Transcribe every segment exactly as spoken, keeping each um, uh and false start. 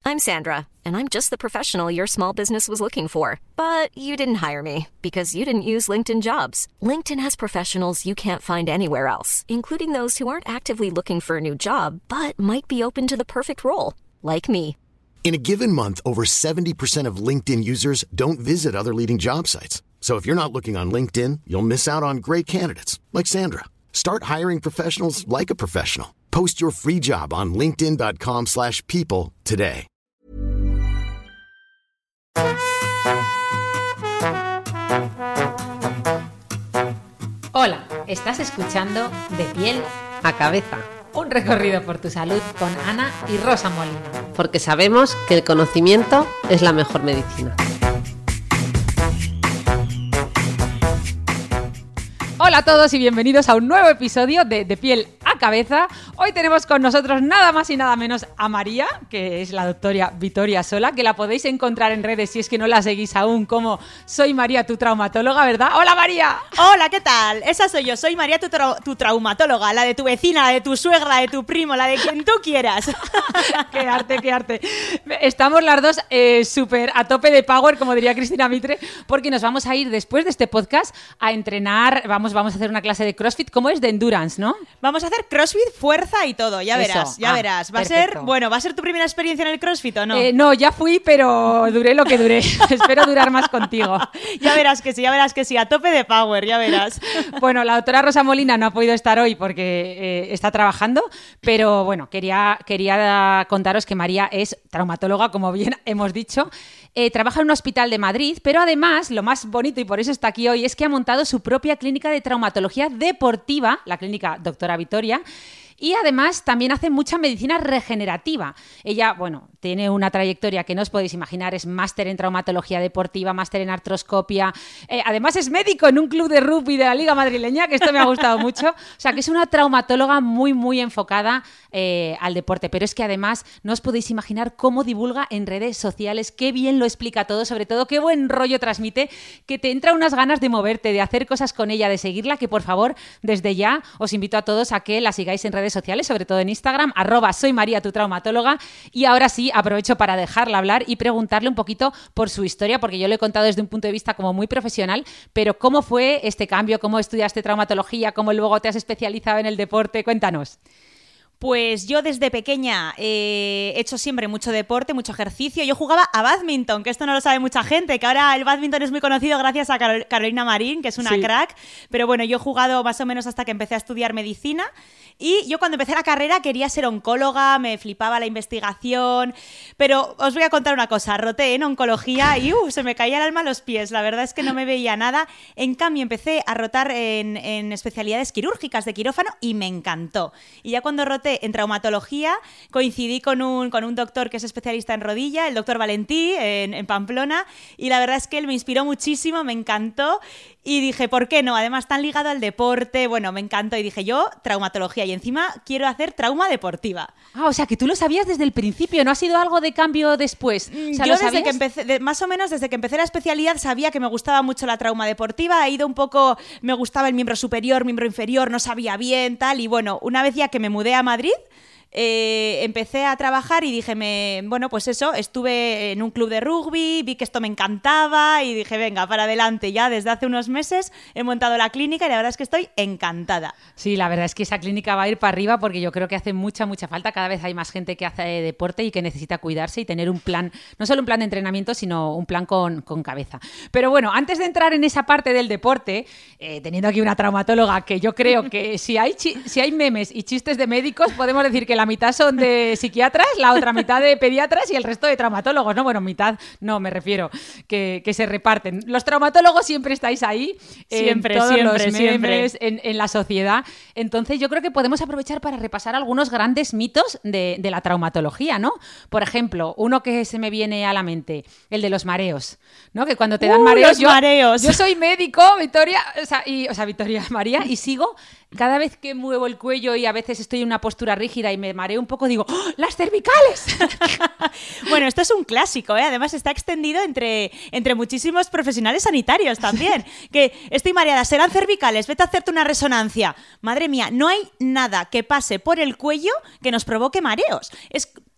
I'm Sandra, and I'm just the professional your small business was looking for. But you didn't hire me because you didn't use LinkedIn Jobs. LinkedIn has professionals you can't find anywhere else, including those who aren't actively looking for a new job, but might be open to the perfect role, like me. In a given month, over seventy percent of LinkedIn users don't visit other leading job sites. So if you're not looking on LinkedIn, you'll miss out on great candidates like Sandra. Start hiring professionals like a professional. Post your free job on linkedin dot com slash people today. Hola, estás escuchando De Piel a Cabeza, un recorrido por tu salud con Ana y Rosa Molina. Porque sabemos que el conocimiento es la mejor medicina. Hola a todos y bienvenidos a un nuevo episodio de De Piel a Cabeza. Hoy tenemos con nosotros nada más y nada menos a María, que es la doctora Vitoria Sola, que la podéis encontrar en redes si es que no la seguís aún como Soy María, tu traumatóloga, ¿verdad? ¡Hola, María! Hola, ¿qué tal? Esa soy yo, soy María, tu, tra- tu traumatóloga, la de tu vecina, la de tu suegra, la de tu primo, la de quien tú quieras. ¡Qué arte, qué arte! Estamos las dos eh, súper a tope de power, como diría Cristina Mitre, porque nos vamos a ir después de este podcast a entrenar, vamos, vamos a hacer una clase de CrossFit, ¿cómo es? De endurance, ¿no? Vamos a hacer CrossFit, fuerza y todo, ya Eso. verás, ya Ah, verás. Va perfecto. a ser, bueno, ¿va a ser tu primera experiencia en el CrossFit o no? Eh, no, ya fui, pero duré lo que duré. Espero durar más contigo. Ya verás que sí, ya verás que sí, a tope de power, ya verás. Bueno, la doctora Rosa Molina no ha podido estar hoy porque eh, está trabajando, pero bueno, quería, quería contaros que María es traumatóloga, como bien hemos dicho. Eh, trabaja en un hospital de Madrid, pero además, lo más bonito, y por eso está aquí hoy, es que ha montado su propia clínica de traumatología deportiva, la clínica Doctora Vitoria. Y además también hace mucha medicina regenerativa. Ella, bueno, tiene una trayectoria que no os podéis imaginar, es máster en traumatología deportiva, máster en artroscopia, eh, además es médico en un club de rugby de la Liga Madrileña, que esto me ha gustado mucho. O sea, que es una traumatóloga muy, muy enfocada eh, al deporte, pero es que además no os podéis imaginar cómo divulga en redes sociales, qué bien lo explica todo, sobre todo qué buen rollo transmite, que te entra unas ganas de moverte, de hacer cosas con ella, de seguirla, que por favor, desde ya os invito a todos a que la sigáis en redes sociales, sobre todo en Instagram, arroba soy María, tu traumatóloga. Y ahora sí, aprovecho para dejarla hablar y preguntarle un poquito por su historia, porque yo lo he contado desde un punto de vista como muy profesional, pero ¿cómo fue este cambio? ¿Cómo estudiaste traumatología? ¿Cómo luego te has especializado en el deporte? Cuéntanos. Pues yo desde pequeña eh, he hecho siempre mucho deporte, mucho ejercicio. Yo jugaba a bádminton, que esto no lo sabe mucha gente, que ahora el bádminton es muy conocido gracias a Carol- Carolina Marín, que es una Sí. crack. Pero bueno, yo he jugado más o menos hasta que empecé a estudiar medicina. Y yo cuando empecé la carrera quería ser oncóloga, me flipaba la investigación. Pero os voy a contar una cosa, roté en oncología y uh, se me caía el alma a los pies. La verdad es que no me veía nada. En cambio empecé a rotar en, en especialidades quirúrgicas de quirófano y me encantó. Y ya cuando roté en traumatología coincidí con un, con un doctor que es especialista en rodilla, el doctor Valentí, en, en Pamplona, y la verdad es que él me inspiró muchísimo, me encantó y dije, ¿por qué no? Además tan ligado al deporte, bueno, me encantó y dije yo, traumatología y encima quiero hacer trauma deportiva. Ah, o sea, que tú lo sabías desde el principio, ¿no ha sido algo de cambio después? O sea, Yo ¿lo desde sabías? que empecé, de- más o menos desde que empecé la especialidad sabía que me gustaba mucho la trauma deportiva, he ido un poco, me gustaba el miembro superior, miembro inferior, no sabía bien, tal, y bueno, una vez ya que me mudé a Madrid, Eh, empecé a trabajar y dije, me, bueno, pues eso, estuve en un club de rugby, vi que esto me encantaba y dije, venga, para adelante. Ya desde hace unos meses he montado la clínica y la verdad es que estoy encantada. Sí, la verdad es que esa clínica va a ir para arriba porque yo creo que hace mucha, mucha falta. Cada vez hay más gente que hace deporte y que necesita cuidarse y tener un plan, no solo un plan de entrenamiento, sino un plan con, con cabeza. Pero bueno, antes de entrar en esa parte del deporte, eh, teniendo aquí una traumatóloga que yo creo que si hay, chi- si hay memes y chistes de médicos, podemos decir que la mitad son de psiquiatras, la otra mitad de pediatras y el resto de traumatólogos, ¿no? Bueno, mitad, no, me refiero, que, que se reparten. Los traumatólogos siempre estáis ahí, Siempre, en todos siempre, los memes, siempre. En, en la sociedad. Entonces yo creo que podemos aprovechar para repasar algunos grandes mitos de, de la traumatología, ¿no? Por ejemplo, uno que se me viene a la mente, el de los mareos, ¿no? Que cuando te dan Uh, mareos... los yo, mareos. yo soy médico, Victoria, o sea, y, o sea, Victoria María, y sigo... Cada vez que muevo el cuello y a veces estoy en una postura rígida y me mareo un poco, digo, ¡oh, ¡las cervicales! Bueno, esto es un clásico, ¿eh? Además está extendido entre, entre muchísimos profesionales sanitarios también. Que estoy mareada, serán cervicales, vete a hacerte una resonancia. Madre mía, no hay nada que pase por el cuello que nos provoque mareos. Es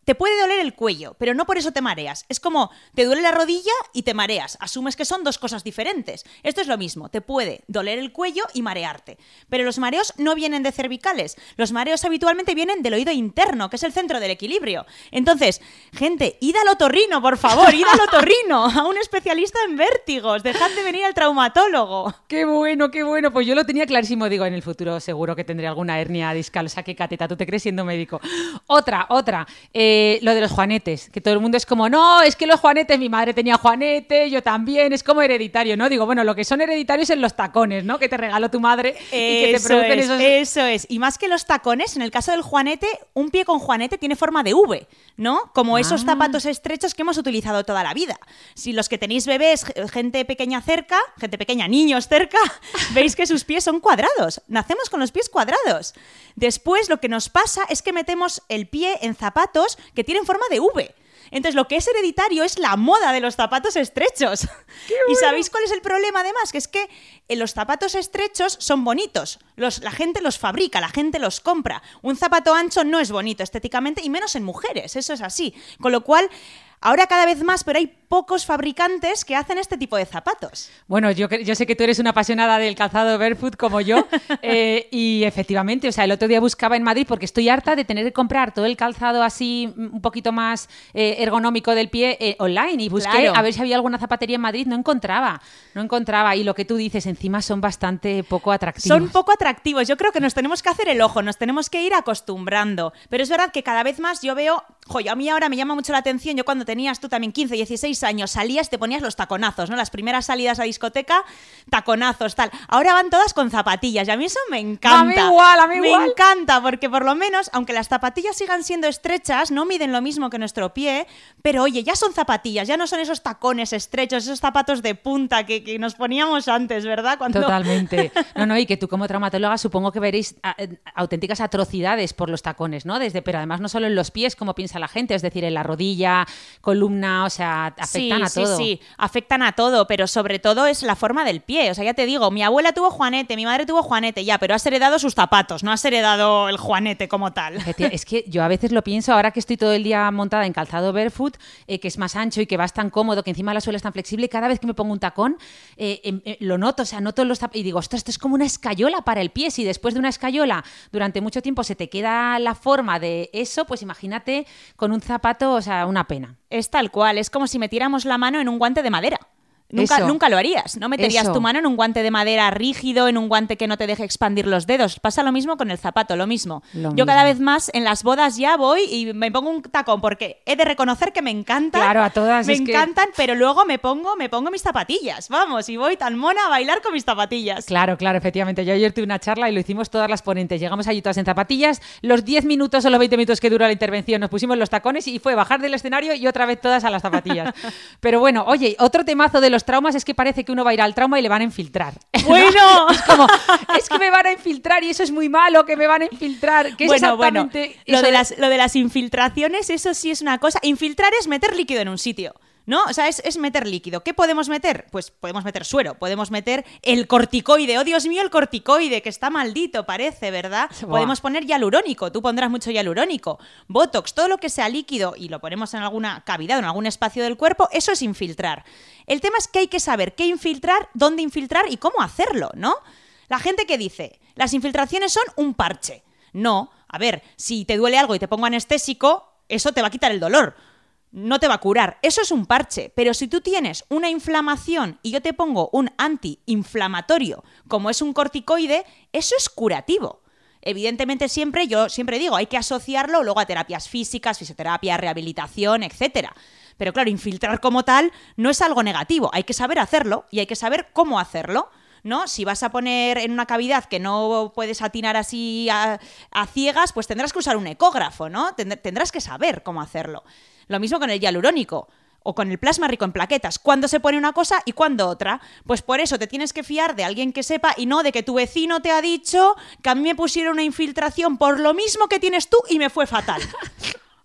te puede doler el cuello, pero no por eso te mareas. Es como, te duele la rodilla y te mareas. Asumes que son dos cosas diferentes. Esto es lo mismo, te puede doler el cuello y marearte. Pero los mareos no vienen de cervicales. Los mareos habitualmente vienen del oído interno, que es el centro del equilibrio. Entonces, gente, id al otorrino, por favor, id al otorrino, a un especialista en vértigos. Dejad de venir al traumatólogo. Qué bueno, qué bueno. Pues yo lo tenía clarísimo. Digo, en el futuro seguro que tendré alguna hernia discal. O sea, qué cateta, tú te crees siendo médico. Otra, otra. Eh, Eh, lo de los juanetes, que todo el mundo es como, no, es que los juanetes, mi madre tenía juanete, yo también, es como hereditario, ¿no? Digo, bueno, lo que son hereditarios es los tacones, ¿no? Que te regaló tu madre y que te producen es, esos... Eso es, y más que los tacones, en el caso del juanete, un pie con juanete tiene forma de V, ¿no? Como esos Ah. zapatos estrechos que hemos utilizado toda la vida. Si los que tenéis bebés, gente pequeña cerca, gente pequeña, niños cerca, veis que sus pies son cuadrados. Nacemos con los pies cuadrados. Después lo que nos pasa es que metemos el pie en zapatos que tienen forma de V. Entonces, lo que es hereditario es la moda de los zapatos estrechos. ¡Qué bueno! ¿Y sabéis cuál es el problema, además? Que es que eh, los zapatos estrechos son bonitos. Los, la gente los fabrica, la gente los compra. Un zapato ancho no es bonito estéticamente, y menos en mujeres. Eso es así. Con lo cual, ahora cada vez más, pero hay pocos fabricantes que hacen este tipo de zapatos. Bueno, yo, yo sé que tú eres una apasionada del calzado barefoot como yo, eh, y efectivamente, o sea, el otro día buscaba en Madrid porque estoy harta de tener que comprar todo el calzado así un poquito más eh, ergonómico del pie eh, online, y busqué Claro. a ver si había alguna zapatería en Madrid, no encontraba, no encontraba, y lo que tú dices, encima son bastante poco atractivos. Son poco atractivos. Yo creo que nos tenemos que hacer el ojo, nos tenemos que ir acostumbrando. Pero es verdad que cada vez más yo veo... Jo, a mí ahora me llama mucho la atención, yo cuando tenías tú también quince, dieciséis años, salías, te ponías los taconazos, ¿no? Las primeras salidas a discoteca, taconazos, tal. Ahora van todas con zapatillas y a mí eso me encanta. A mí igual, a mí me igual. Me encanta porque por lo menos, aunque las zapatillas sigan siendo estrechas, no miden lo mismo que nuestro pie, pero oye, ya son zapatillas, ya no son esos tacones estrechos, esos zapatos de punta que, que nos poníamos antes, ¿verdad? Cuando... Totalmente. No, no, y que tú como traumatóloga supongo que veréis a, a, auténticas atrocidades por los tacones, ¿no? Desde, pero además no solo en los pies, como piensa la gente, es decir, en la rodilla, columna, o sea, afectan sí, a todo. Sí, sí, afectan a todo, pero sobre todo es la forma del pie. O sea, ya te digo, mi abuela tuvo juanete, mi madre tuvo juanete, ya, pero has heredado sus zapatos, no has heredado el juanete como tal. Es que yo a veces lo pienso, ahora que estoy todo el día montada en calzado barefoot, eh, que es más ancho y que vas tan cómodo, que encima la suela es tan flexible, cada vez que me pongo un tacón eh, eh, lo noto, o sea, noto los zapatos y digo, ostras, esto es como una escayola para el pie. Si después de una escayola durante mucho tiempo se te queda la forma de eso, pues imagínate con un zapato, o sea, una pena. Es tal cual, es como si metiéramos la mano en un guante de madera. Nunca, Eso. nunca lo harías, no meterías Eso. tu mano en un guante de madera rígido, en un guante que no te deje expandir los dedos. Pasa lo mismo con el zapato, lo mismo. Lo Yo cada mismo. vez más en las bodas ya voy y me pongo un tacón porque he de reconocer que me encantan. Claro, a todas, Me es que- encantan, pero luego me pongo, me pongo mis zapatillas, vamos, y voy tan mona a bailar con mis zapatillas. Claro, claro, efectivamente. Yo ayer tuve una charla y lo hicimos todas las ponentes. Llegamos allí todas en zapatillas. Los diez minutos o los veinte minutos que duró la intervención nos pusimos los tacones y fue bajar del escenario y otra vez todas a las zapatillas. Pero bueno, oye, otro temazo de los traumas es que parece que uno va a ir al trauma y le van a infiltrar. Bueno, Es como, es que me van a infiltrar y eso es muy malo, que me van a infiltrar. ¿Qué es bueno, bueno, exactamente lo eso de, las, lo de las infiltraciones, eso sí es una cosa. Infiltrar es meter líquido en un sitio, ¿no? O sea, es, es meter líquido. ¿Qué podemos meter? Pues podemos meter suero, podemos meter el corticoide. ¡Oh, Dios mío, el corticoide! Que está maldito, parece, ¿verdad? Buah. Podemos poner hialurónico. Tú pondrás mucho hialurónico. Botox, todo lo que sea líquido y lo ponemos en alguna cavidad, en algún espacio del cuerpo, eso es infiltrar. El tema es que hay que saber qué infiltrar, dónde infiltrar y cómo hacerlo, ¿no? La gente que dice, las infiltraciones son un parche. No, a ver, si te duele algo y te pongo anestésico, eso te va a quitar el dolor. No te va a curar. Eso es un parche. Pero si tú tienes una inflamación y yo te pongo un antiinflamatorio, como es un corticoide, eso es curativo. Evidentemente siempre, yo siempre digo, hay que asociarlo luego a terapias físicas, fisioterapia, rehabilitación, etcétera. Pero claro, infiltrar como tal no es algo negativo. Hay que saber hacerlo y hay que saber cómo hacerlo, ¿no? Si vas a poner en una cavidad que no puedes atinar así a, a ciegas, pues tendrás que usar un ecógrafo, ¿no? Tend- tendrás que saber cómo hacerlo. Lo mismo con el hialurónico o con el plasma rico en plaquetas. ¿Cuándo se pone una cosa y cuándo otra? Pues por eso te tienes que fiar de alguien que sepa y no de que tu vecino te ha dicho que a mí me pusieron una infiltración por lo mismo que tienes tú y me fue fatal.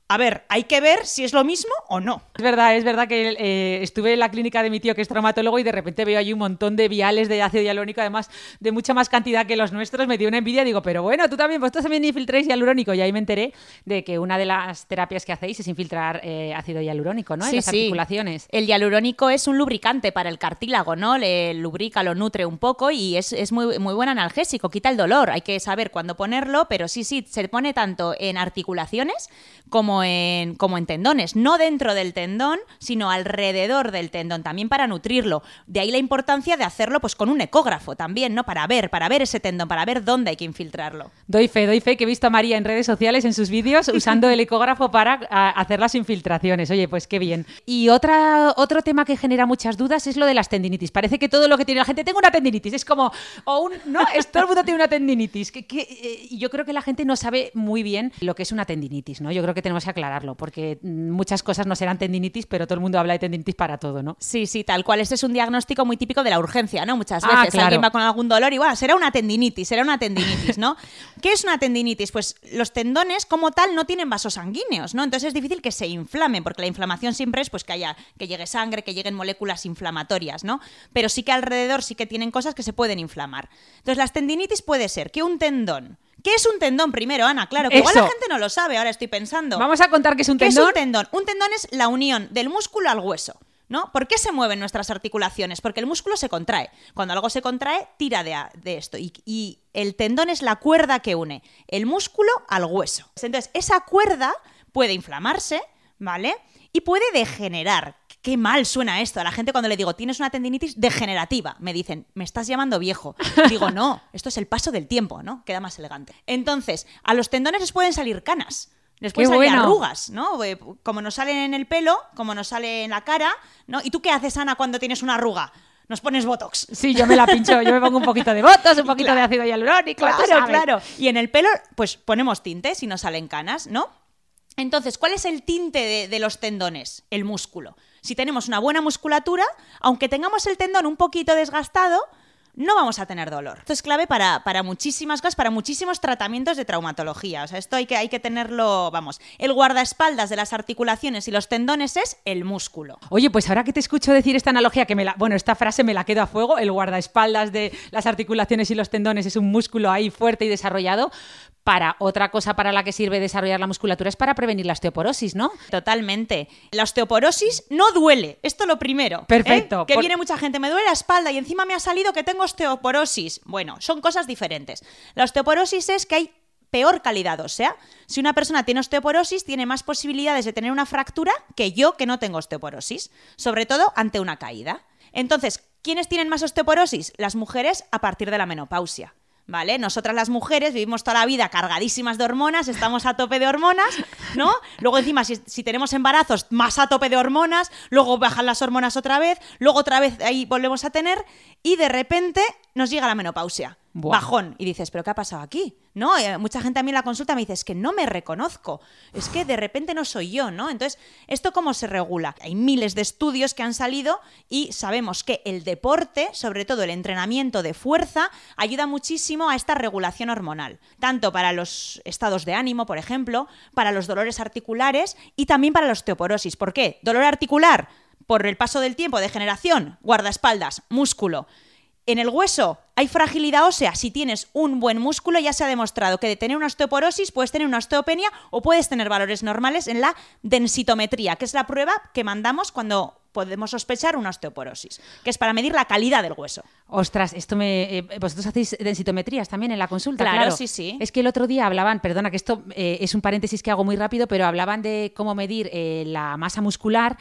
A ver, hay que ver si es lo mismo o no. Es verdad, es verdad que eh, estuve en la clínica de mi tío que es traumatólogo y de repente veo allí un montón de viales de ácido hialurónico, además de mucha más cantidad que los nuestros. Me dio una envidia, digo, pero bueno, tú también, vosotros también infiltráis hialurónico. Y ahí me enteré de que una de las terapias que hacéis es infiltrar eh, ácido hialurónico, ¿no? En Sí, las sí. articulaciones. El hialurónico es un lubricante para el cartílago, ¿no? Le lubrica, lo nutre un poco y es, es muy, muy buen analgésico, quita el dolor. Hay que saber cuándo ponerlo, pero sí, sí, se pone tanto en articulaciones como en, como en tendones. No dentro del tendón, sino alrededor del tendón, también para nutrirlo. De ahí la importancia de hacerlo pues con un ecógrafo también, ¿no? Para ver, para ver ese tendón, para ver dónde hay que infiltrarlo. Doy fe, doy fe que he visto a María en redes sociales, en sus vídeos, usando el ecógrafo para a, hacer las infiltraciones. Oye, pues qué bien. Y otra, otro tema que genera muchas dudas es lo de las tendinitis. Parece que todo lo que tiene la gente, tengo una tendinitis, es como, o un, no, es, todo el mundo tiene una tendinitis. Que, que, eh, yo creo que la gente no sabe muy bien lo que es una tendinitis, ¿no? Yo creo que tenemos que aclararlo, porque muchas cosas no serán tendinitis, pero todo el mundo habla de tendinitis para todo, ¿no? Sí, sí, tal cual. Este es un diagnóstico muy típico de la urgencia, ¿no? Muchas Ah, veces claro. alguien va con algún dolor y, bueno, será una tendinitis, será una tendinitis, ¿no? ¿Qué es una tendinitis? Pues los tendones, como tal, no tienen vasos sanguíneos, ¿no? Entonces es difícil que se inflamen, porque la inflamación siempre es pues que haya, que llegue sangre, que lleguen moléculas inflamatorias, ¿no? Pero sí que alrededor sí que tienen cosas que se pueden inflamar. Entonces las tendinitis puede ser que un tendón... ¿Qué es un tendón primero, Ana? Claro, que igual Eso. la gente no lo sabe, ahora estoy pensando. Vamos a contar que es un ¿Qué tendón. es un tendón? Un tendón es la unión del músculo al hueso, ¿no? ¿Por qué se mueven nuestras articulaciones? Porque el músculo se contrae. Cuando algo se contrae, tira de, a- de esto. Y, y el tendón es la cuerda que une el músculo al hueso. Entonces, esa cuerda puede inflamarse, ¿vale? Y puede degenerar. Qué mal suena esto. A la gente cuando le digo, tienes una tendinitis degenerativa, me dicen, me estás llamando viejo. Digo, no, esto es el paso del tiempo, ¿no? Queda más elegante. Entonces, a los tendones les pueden salir canas. Les pueden Qué salir bueno. arrugas, ¿no? Eh, Como nos salen en el pelo, como nos sale en la cara, ¿no? ¿Y tú qué haces, Ana, cuando tienes una arruga? Nos pones Botox. Sí, yo me la pincho, yo me pongo un poquito de botox, un poquito de ácido hialurónico, tú Claro, sabes. claro. Y en el pelo, pues ponemos tintes y nos salen canas, ¿no? Entonces, ¿cuál es el tinte de, de los tendones? El músculo. Si tenemos una buena musculatura, aunque tengamos el tendón un poquito desgastado, no vamos a tener dolor. Esto es clave para, para muchísimas cosas, para muchísimos tratamientos de traumatología. O sea, esto hay que, hay que tenerlo, vamos. El guardaespaldas de las articulaciones y los tendones es el músculo. Oye, pues ahora que te escucho decir esta analogía, que me la, bueno, esta frase me la quedo a fuego, el guardaespaldas de las articulaciones y los tendones es un músculo ahí fuerte y desarrollado. Para otra cosa para la que sirve desarrollar la musculatura es para prevenir la osteoporosis, ¿no? Totalmente. La osteoporosis no duele. Esto lo primero. ¿eh? Perfecto. Que Por- viene mucha gente, me duele la espalda y encima me ha salido que tengo osteoporosis. Bueno, son cosas diferentes. La osteoporosis es que hay peor calidad ósea. Si una persona tiene osteoporosis, tiene más posibilidades de tener una fractura que yo que no tengo osteoporosis, sobre todo ante una caída. Entonces, ¿quiénes tienen más osteoporosis? Las mujeres a partir de la menopausia. ¿Vale? Nosotras las mujeres vivimos toda la vida cargadísimas de hormonas, estamos a tope de hormonas, ¿no? Luego encima, si, si tenemos embarazos, más a tope de hormonas, luego bajan las hormonas otra vez, luego otra vez ahí volvemos a tener y de repente nos llega la menopausia. Buah. Bajón. Y dices, ¿pero qué ha pasado aquí? ¿No? Eh, mucha gente a mí en la consulta me dice, es que no me reconozco, es que de repente no soy yo, ¿no? Entonces, ¿esto cómo se regula? Hay miles de estudios que han salido y sabemos que el deporte, sobre todo el entrenamiento de fuerza, ayuda muchísimo a esta regulación hormonal, tanto para los estados de ánimo, por ejemplo, para los dolores articulares y también para la osteoporosis. ¿Por qué? Dolor articular, por el paso del tiempo, degeneración, guardaespaldas, músculo. En el hueso hay fragilidad ósea. Si tienes un buen músculo, ya se ha demostrado que de tener una osteoporosis puedes tener una osteopenia o puedes tener valores normales en la densitometría, que es la prueba que mandamos cuando podemos sospechar una osteoporosis, que es para medir la calidad del hueso. Ostras, esto me. Eh, vosotros hacéis densitometrías también en la consulta, Claro, claro. sí, sí. Es que el otro día hablaban, perdona que esto eh, es un paréntesis que hago muy rápido, pero hablaban de cómo medir eh, la masa muscular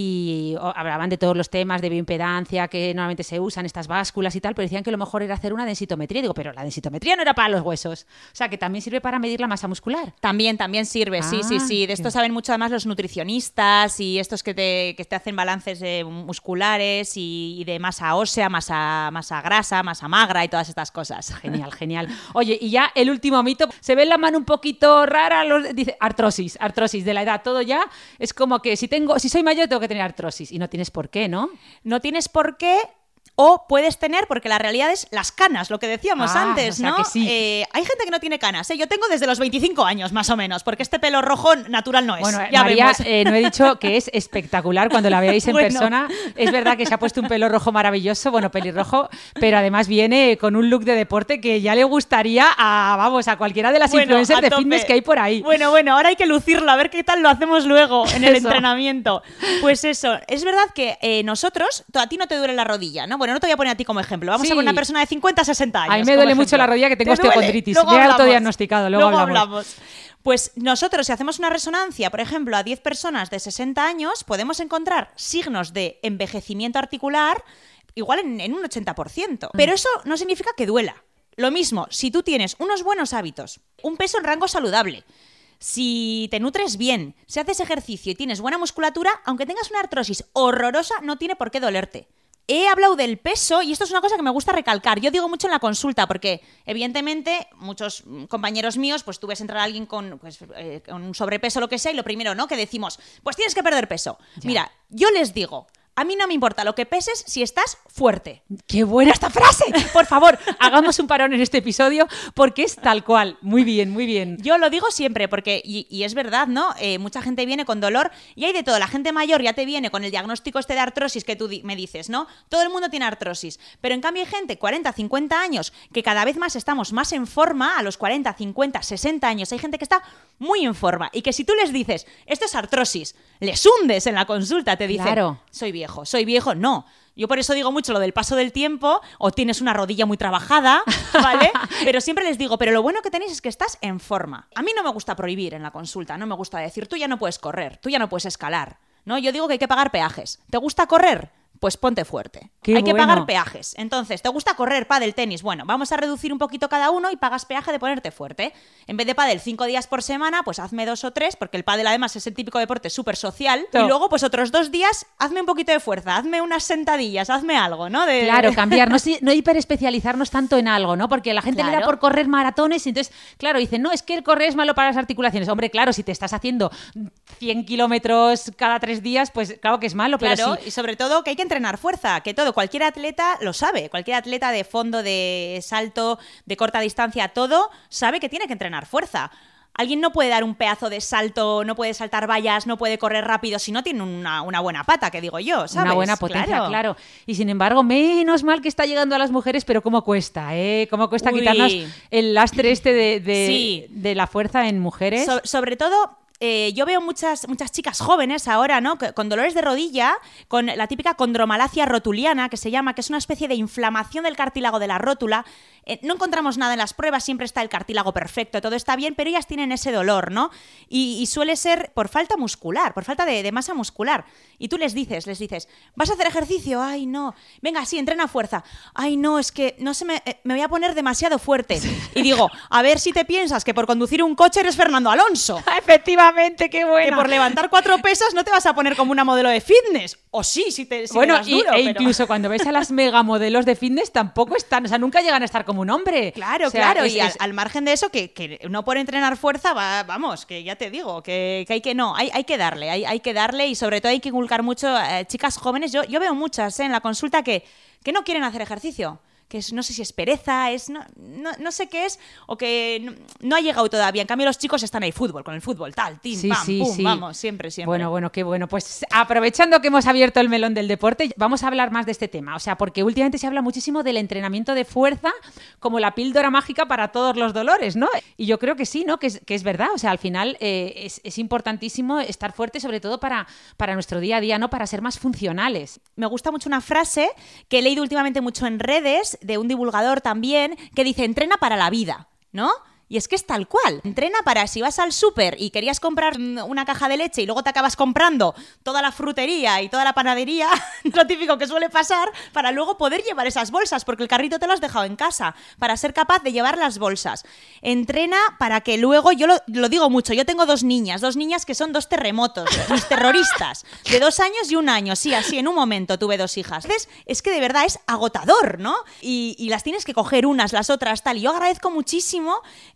y o, hablaban de todos los temas de bioimpedancia que normalmente se usan, estas básculas y tal, pero decían que lo mejor era hacer una densitometría. Digo, pero la densitometría no era para los huesos. O sea, que también sirve para medir la masa muscular. También, también sirve, sí, Ah, sí, sí. De esto qué- saben mucho además los nutricionistas y estos que te, que te hacen balances eh, musculares y, y de masa ósea, masa, masa grasa, masa magra y todas estas cosas. Genial, genial. Oye, y ya el último mito, se ve la mano un poquito rara, los- dice artrosis, artrosis de la edad, todo ya es como que si tengo, si soy mayor tengo que tener artrosis y no tienes por qué, ¿no? No tienes por qué O puedes tener, porque la realidad es las canas, lo que decíamos ah, antes, o sea ¿no? Que sí. eh, hay gente que no tiene canas, ¿eh? Yo tengo desde los veinticinco años, más o menos, porque este pelo rojo natural no es. Bueno, ya María, vemos. eh, no he dicho que es espectacular cuando la veáis en Bueno. persona. Es verdad que se ha puesto un pelo rojo maravilloso, bueno, pelirrojo, pero además viene con un look de deporte que ya le gustaría a, vamos, a cualquiera de las Bueno, influencers a de tope. fitness que hay por ahí. Bueno, bueno, ahora hay que lucirlo, a ver qué tal lo hacemos luego en el Eso. entrenamiento. Pues eso, es verdad que eh, nosotros, a ti no te duele la rodilla, ¿no? Bueno, no te voy a poner a ti como ejemplo. Vamos Sí. a poner una persona de cincuenta, sesenta años. A mí me como duele mucho ejemplo. la rodilla que tengo ¿Te duele? osteocondritis. Luego Me he hablamos. autodiagnosticado, luego hablamos. hablamos. Pues nosotros, si hacemos una resonancia, por ejemplo, a diez personas de sesenta años, podemos encontrar signos de envejecimiento articular igual en, en un ochenta por ciento. Pero eso no significa que duela. Lo mismo, si tú tienes unos buenos hábitos, un peso en rango saludable, si te nutres bien, si haces ejercicio y tienes buena musculatura, aunque tengas una artrosis horrorosa, no tiene por qué dolerte. He hablado del peso y esto es una cosa que me gusta recalcar. Yo digo mucho en la consulta porque, evidentemente, muchos compañeros míos, pues tú ves entrar a alguien con, pues, eh, con un sobrepeso o lo que sea y lo primero, ¿no? Que decimos, pues tienes que perder peso. Ya. Mira, yo les digo, a mí no me importa lo que peses si estás fuerte. ¡Qué buena esta frase! Por favor, hagamos un parón en este episodio porque es tal cual. Muy bien, muy bien. Yo lo digo siempre porque, y, y es verdad, ¿no? Eh, mucha gente viene con dolor y hay de todo. La gente mayor ya te viene con el diagnóstico este de artrosis que tú di- me dices, ¿no? Todo el mundo tiene artrosis. Pero en cambio hay gente, cuarenta, cincuenta años, que cada vez más estamos más en forma, a los cuarenta, cincuenta, sesenta años. Hay gente que está muy en forma y que si tú les dices, esto es artrosis, les hundes en la consulta, te dicen, Claro. soy viejo, soy viejo. No. Yo por eso digo mucho lo del paso del tiempo, o tienes una rodilla muy trabajada, ¿vale? Pero siempre les digo, pero lo bueno que tenéis es que estás en forma. A mí no me gusta prohibir en la consulta, no me gusta decir, tú ya no puedes correr, tú ya no puedes escalar, ¿no? Yo digo que hay que pagar peajes. ¿Te gusta correr? Pues ponte fuerte. Qué Hay que bueno. pagar peajes. Entonces, ¿te gusta correr, pádel, tenis? Bueno, vamos a reducir un poquito cada uno y pagas peaje de ponerte fuerte. En vez de pádel cinco días por semana, pues hazme dos o tres, porque el pádel además es el típico deporte súper social. No. Y luego, pues otros dos días, hazme un poquito de fuerza, hazme unas sentadillas, hazme algo, ¿no? De... Claro, cambiar, no, si- no hiperespecializarnos tanto en algo, ¿no? Porque la gente le da Claro. por correr maratones y entonces, claro, dicen, no, es que el correr es malo para las articulaciones. Hombre, claro, si te estás haciendo cien kilómetros cada tres días, pues claro que es malo, pero Claro, sí. y sobre todo que hay que entrenar fuerza, que todo, cualquier atleta lo sabe, cualquier atleta de fondo, de salto, de corta distancia, todo, sabe que tiene que entrenar fuerza. Alguien no puede dar un pedazo de salto, no puede saltar vallas, no puede correr rápido si no tiene una, una buena pata, que digo yo, ¿sabes? Una buena potencia, claro. Y sin embargo, menos mal que está llegando a las mujeres, pero cómo cuesta, ¿eh? Cómo cuesta Uy. quitarnos el lastre este de, de, Sí. de la fuerza en mujeres. So- sobre todo, eh, yo veo muchas, muchas chicas jóvenes ahora, ¿no? Que- con dolores de rodilla, con la típica condromalacia rotuliana, que se llama, que es una especie de inflamación del cartílago de la rótula. Eh, no encontramos nada en las pruebas, siempre está el cartílago perfecto, todo está bien, pero ellas tienen ese dolor, ¿no? Y, y suele ser por falta muscular, por falta de, de masa muscular. Y tú les dices, les dices, ¿vas a hacer ejercicio? Ay, no. Venga, sí, entrena fuerza. Ay, no, es que no se me, eh, me voy a poner demasiado fuerte. Y digo, a ver si te piensas que por conducir un coche eres Fernando Alonso. Efectivamente, qué Que bueno. por levantar cuatro pesas no te vas a poner como una modelo de fitness. O sí, si te si Bueno, le das y- duro, e pero- incluso cuando ves a las megamodelos de fitness tampoco están, o sea, nunca llegan a estar como un hombre. Claro, O sea, claro, es- y al, es- al margen de eso, que, que no por entrenar fuerza, va, vamos, que ya te digo, que, que hay que no, hay, hay que darle, hay, hay que darle y sobre todo hay que inculcar mucho a chicas jóvenes. Yo, yo veo muchas ¿eh? en la consulta que, que no quieren hacer ejercicio. Que es, no sé si es pereza, es no, no, no sé qué es, o que no, no ha llegado todavía. En cambio, los chicos están ahí, fútbol, con el fútbol, tal, tim, Sí, pam, sí, pum, sí. vamos, siempre, siempre. Bueno, bueno, qué bueno. Pues aprovechando que hemos abierto el melón del deporte, vamos a hablar más de este tema. O sea, porque últimamente se habla muchísimo del entrenamiento de fuerza como la píldora mágica para todos los dolores, ¿no? Y yo creo que sí, ¿no? Que es, que es verdad. O sea, al final eh, es, es importantísimo estar fuerte, sobre todo para, para nuestro día a día, ¿no? Para ser más funcionales. Me gusta mucho una frase que he leído últimamente mucho en redes de un divulgador también que dice entrena para la vida, ¿no? Y es que es tal cual. Entrena para si vas al súper y querías comprar mm, una caja de leche y luego te acabas comprando toda la frutería y toda la panadería, lo típico que suele pasar, para luego poder llevar esas bolsas, porque el carrito te lo has dejado en casa, para ser capaz de llevar las bolsas. Entrena para que luego, yo lo, lo digo mucho, yo tengo dos niñas, dos niñas que son dos terremotos, mis terroristas, de dos años y un año, sí, así, en un momento tuve dos hijas. Entonces, es que de verdad es agotador, ¿no? Y, y las tienes que coger unas, las otras, tal. Y yo agradezco muchísimo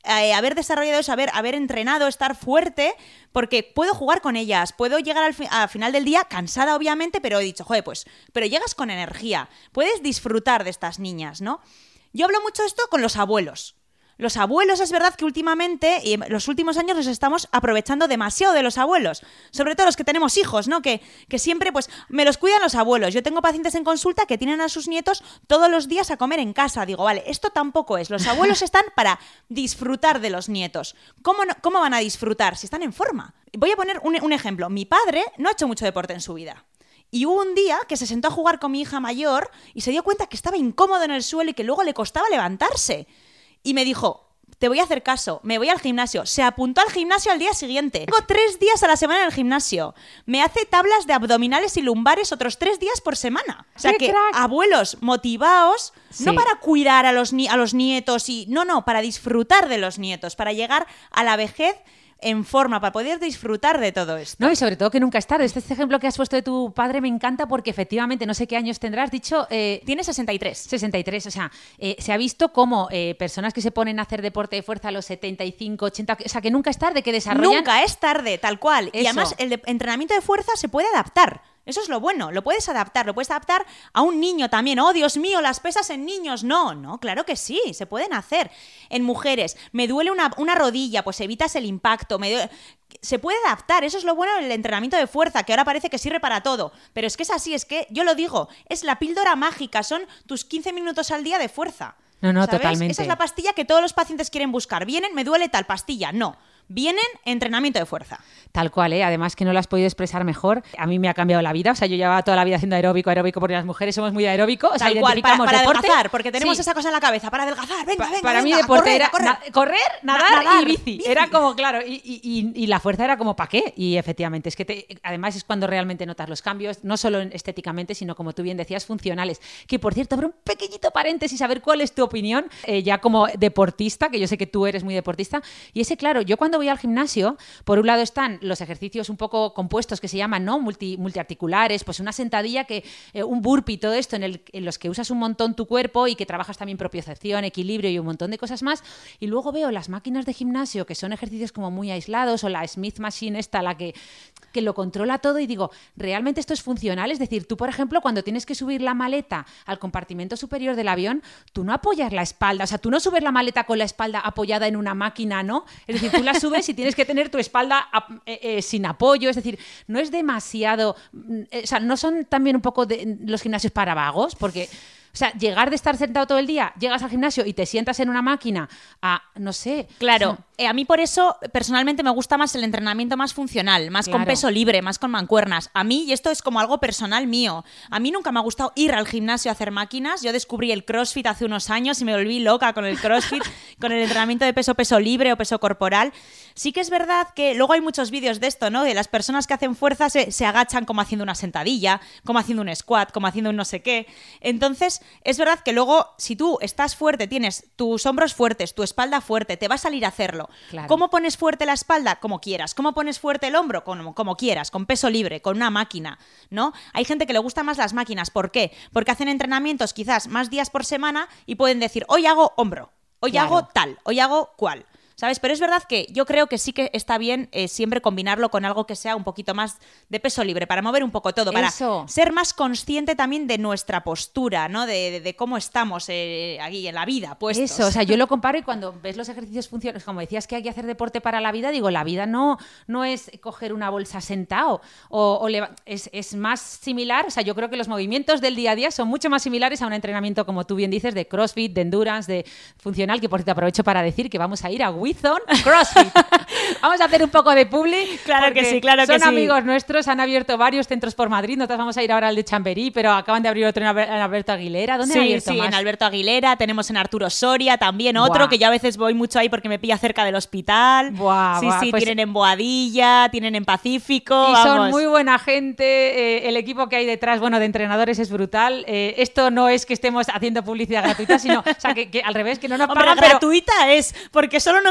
eh, haber desarrollado eso, haber, haber entrenado, estar fuerte, porque puedo jugar con ellas, puedo llegar al, fi- al final del día cansada, obviamente, pero he dicho, joder, pues, pero llegas con energía, puedes disfrutar de estas niñas, ¿no? Yo hablo mucho de esto con los abuelos. Los abuelos, es verdad que últimamente, y en los últimos años nos estamos aprovechando demasiado de los abuelos, sobre todo los que tenemos hijos, ¿no? Que, que siempre, pues, me los cuidan los abuelos. Yo tengo pacientes en consulta que tienen a sus nietos todos los días a comer en casa. Digo, vale, esto tampoco es. Los abuelos están para disfrutar de los nietos. ¿Cómo, no- cómo van a disfrutar si están en forma? Voy a poner un, un ejemplo. Mi padre no ha hecho mucho deporte en su vida. Y hubo un día que se sentó a jugar con mi hija mayor y se dio cuenta que estaba incómodo en el suelo y que luego le costaba levantarse. Y me dijo, te voy a hacer caso, me voy al gimnasio. Se apuntó al gimnasio al día siguiente. Tengo tres días a la semana en el gimnasio. Me hace tablas de abdominales y lumbares otros tres días por semana. O sea ¡Qué que, crack! abuelos, motivaos, Sí. no para cuidar a los, ni- a los nietos, y no, no, para disfrutar de los nietos, para llegar a la vejez en forma, para poder disfrutar de todo esto. No, y sobre todo que nunca es tarde. Este, este ejemplo que has puesto de tu padre me encanta porque efectivamente, no sé qué años tendrás, dicho... Eh, Tiene sesenta y tres. sesenta y tres, o sea, eh, se ha visto como eh, personas que se ponen a hacer deporte de fuerza a los setenta y cinco, ochenta, o sea, que nunca es tarde, que desarrollan... Nunca es tarde, tal cual. Y Eso. además el de- entrenamiento de fuerza se puede adaptar. Eso es lo bueno, lo puedes adaptar, lo puedes adaptar a un niño también. Oh, Dios mío, las pesas en niños. No, no, claro que sí, se pueden hacer. En mujeres, me duele una, una rodilla, pues evitas el impacto. Me duele- Se puede adaptar, eso es lo bueno del entrenamiento de fuerza, que ahora parece que sirve para todo. Pero es que es así, es que yo lo digo, es la píldora mágica, son tus quince minutos al día de fuerza. No, no, ¿Sabes? totalmente. Esa es la pastilla que todos los pacientes quieren buscar. Vienen, me duele tal pastilla. No, vienen entrenamiento de fuerza. Tal cual, ¿eh? Además que no lo has podido expresar mejor. A mí me ha cambiado la vida. O sea, yo llevaba toda la vida haciendo aeróbico, aeróbico, porque las mujeres somos muy aeróbico. O sea, Tal cual, para, identificamos para deporte. adelgazar, porque tenemos Sí. esa cosa en la cabeza, para adelgazar, venga, Pa- venga, para mí venga, deporte correr, era a correr. na- correr, nadar, Na- nadar, y bici. bici. Era como, claro, y, y- y- y la fuerza era como, ¿para qué? Y efectivamente, es que te- además es cuando realmente notas los cambios, no solo estéticamente, sino como tú bien decías, funcionales. Que por cierto, abro un pequeñito paréntesis a ver cuál es tu opinión, eh, ya como deportista, que yo sé que tú eres muy deportista. Y ese, claro, yo cuando voy al gimnasio, por un lado están los ejercicios un poco compuestos que se llaman, ¿no? Multi, multiarticulares, pues una sentadilla, que eh, un burpee, todo esto en, el, en los que usas un montón tu cuerpo y que trabajas también propiocepción, equilibrio y un montón de cosas más. Y luego veo las máquinas de gimnasio, que son ejercicios como muy aislados, o la Smith Machine esta, la que, que lo controla todo, y digo, ¿realmente esto es funcional? Es decir, tú, por ejemplo, cuando tienes que subir la maleta al compartimento superior del avión, tú no apoyas la espalda, o sea, tú no subes la maleta con la espalda apoyada en una máquina, ¿no? Es decir, tú la subes y tienes que tener tu espalda eh, eh, sin apoyo, es decir, no es demasiado, eh, o sea, no son también un poco de los gimnasios para vagos, porque... O sea, llegar de estar sentado todo el día, llegas al gimnasio y te sientas en una máquina a, no sé... Claro, eh, a mí por eso personalmente me gusta más el entrenamiento más funcional, más con Claro. peso libre, más con mancuernas. A mí, y esto es como algo personal mío, a mí nunca me ha gustado ir al gimnasio a hacer máquinas. Yo descubrí el CrossFit hace unos años y me volví loca con el CrossFit, con el entrenamiento de peso, peso libre o peso corporal. Sí que es verdad que luego hay muchos vídeos de esto, ¿no? De las personas que hacen fuerza se, se agachan como haciendo una sentadilla, como haciendo un squat, como haciendo un no sé qué. Entonces, es verdad que luego, si tú estás fuerte, tienes tus hombros fuertes, tu espalda fuerte, te va a salir a hacerlo. Claro. ¿Cómo pones fuerte la espalda? Como quieras. ¿Cómo pones fuerte el hombro? Como, como quieras, con peso libre, con una máquina, ¿no? Hay gente que le gusta más las máquinas. ¿Por qué? Porque hacen entrenamientos quizás más días por semana y pueden decir, hoy hago hombro, hoy Claro. hago tal, hoy hago cual. ¿Sabes? Pero es verdad que yo creo que sí que está bien eh, siempre combinarlo con algo que sea un poquito más de peso libre, para mover un poco todo, para Eso. ser más consciente también de nuestra postura, ¿no? De, de- de cómo estamos eh, aquí en la vida, puestos. Eso, o sea, yo lo comparo y cuando ves los ejercicios funcionales, como decías que hay que hacer deporte para la vida, digo, la vida no, no es coger una bolsa sentado, o, o leva- es, es más similar, o sea, yo creo que los movimientos del día a día son mucho más similares a un entrenamiento, como tú bien dices, de CrossFit, de endurance, de funcional, que por cierto aprovecho para decir que vamos a ir a Withon CrossFit. Vamos a hacer un poco de publi. Claro que porque sí, claro que son sí. amigos nuestros, han abierto varios centros por Madrid, nosotros vamos a ir ahora al de Chamberí, pero acaban de abrir otro en Alber- en Alberto Aguilera. ¿Dónde Sí, han abierto sí, más? en Alberto Aguilera, tenemos en Arturo Soria también otro, Buah. que yo a veces voy mucho ahí porque me pilla cerca del hospital. Buah, sí, buah, sí, pues- tienen en Boadilla, tienen en Pacífico, Y vamos. son muy buena gente, eh, el equipo que hay detrás, bueno, de entrenadores es brutal. Eh, esto no es que estemos haciendo publicidad gratuita, sino, o sea, que, que al revés, que no nos Hombre, pagan, pero... gratuita es, porque solo nos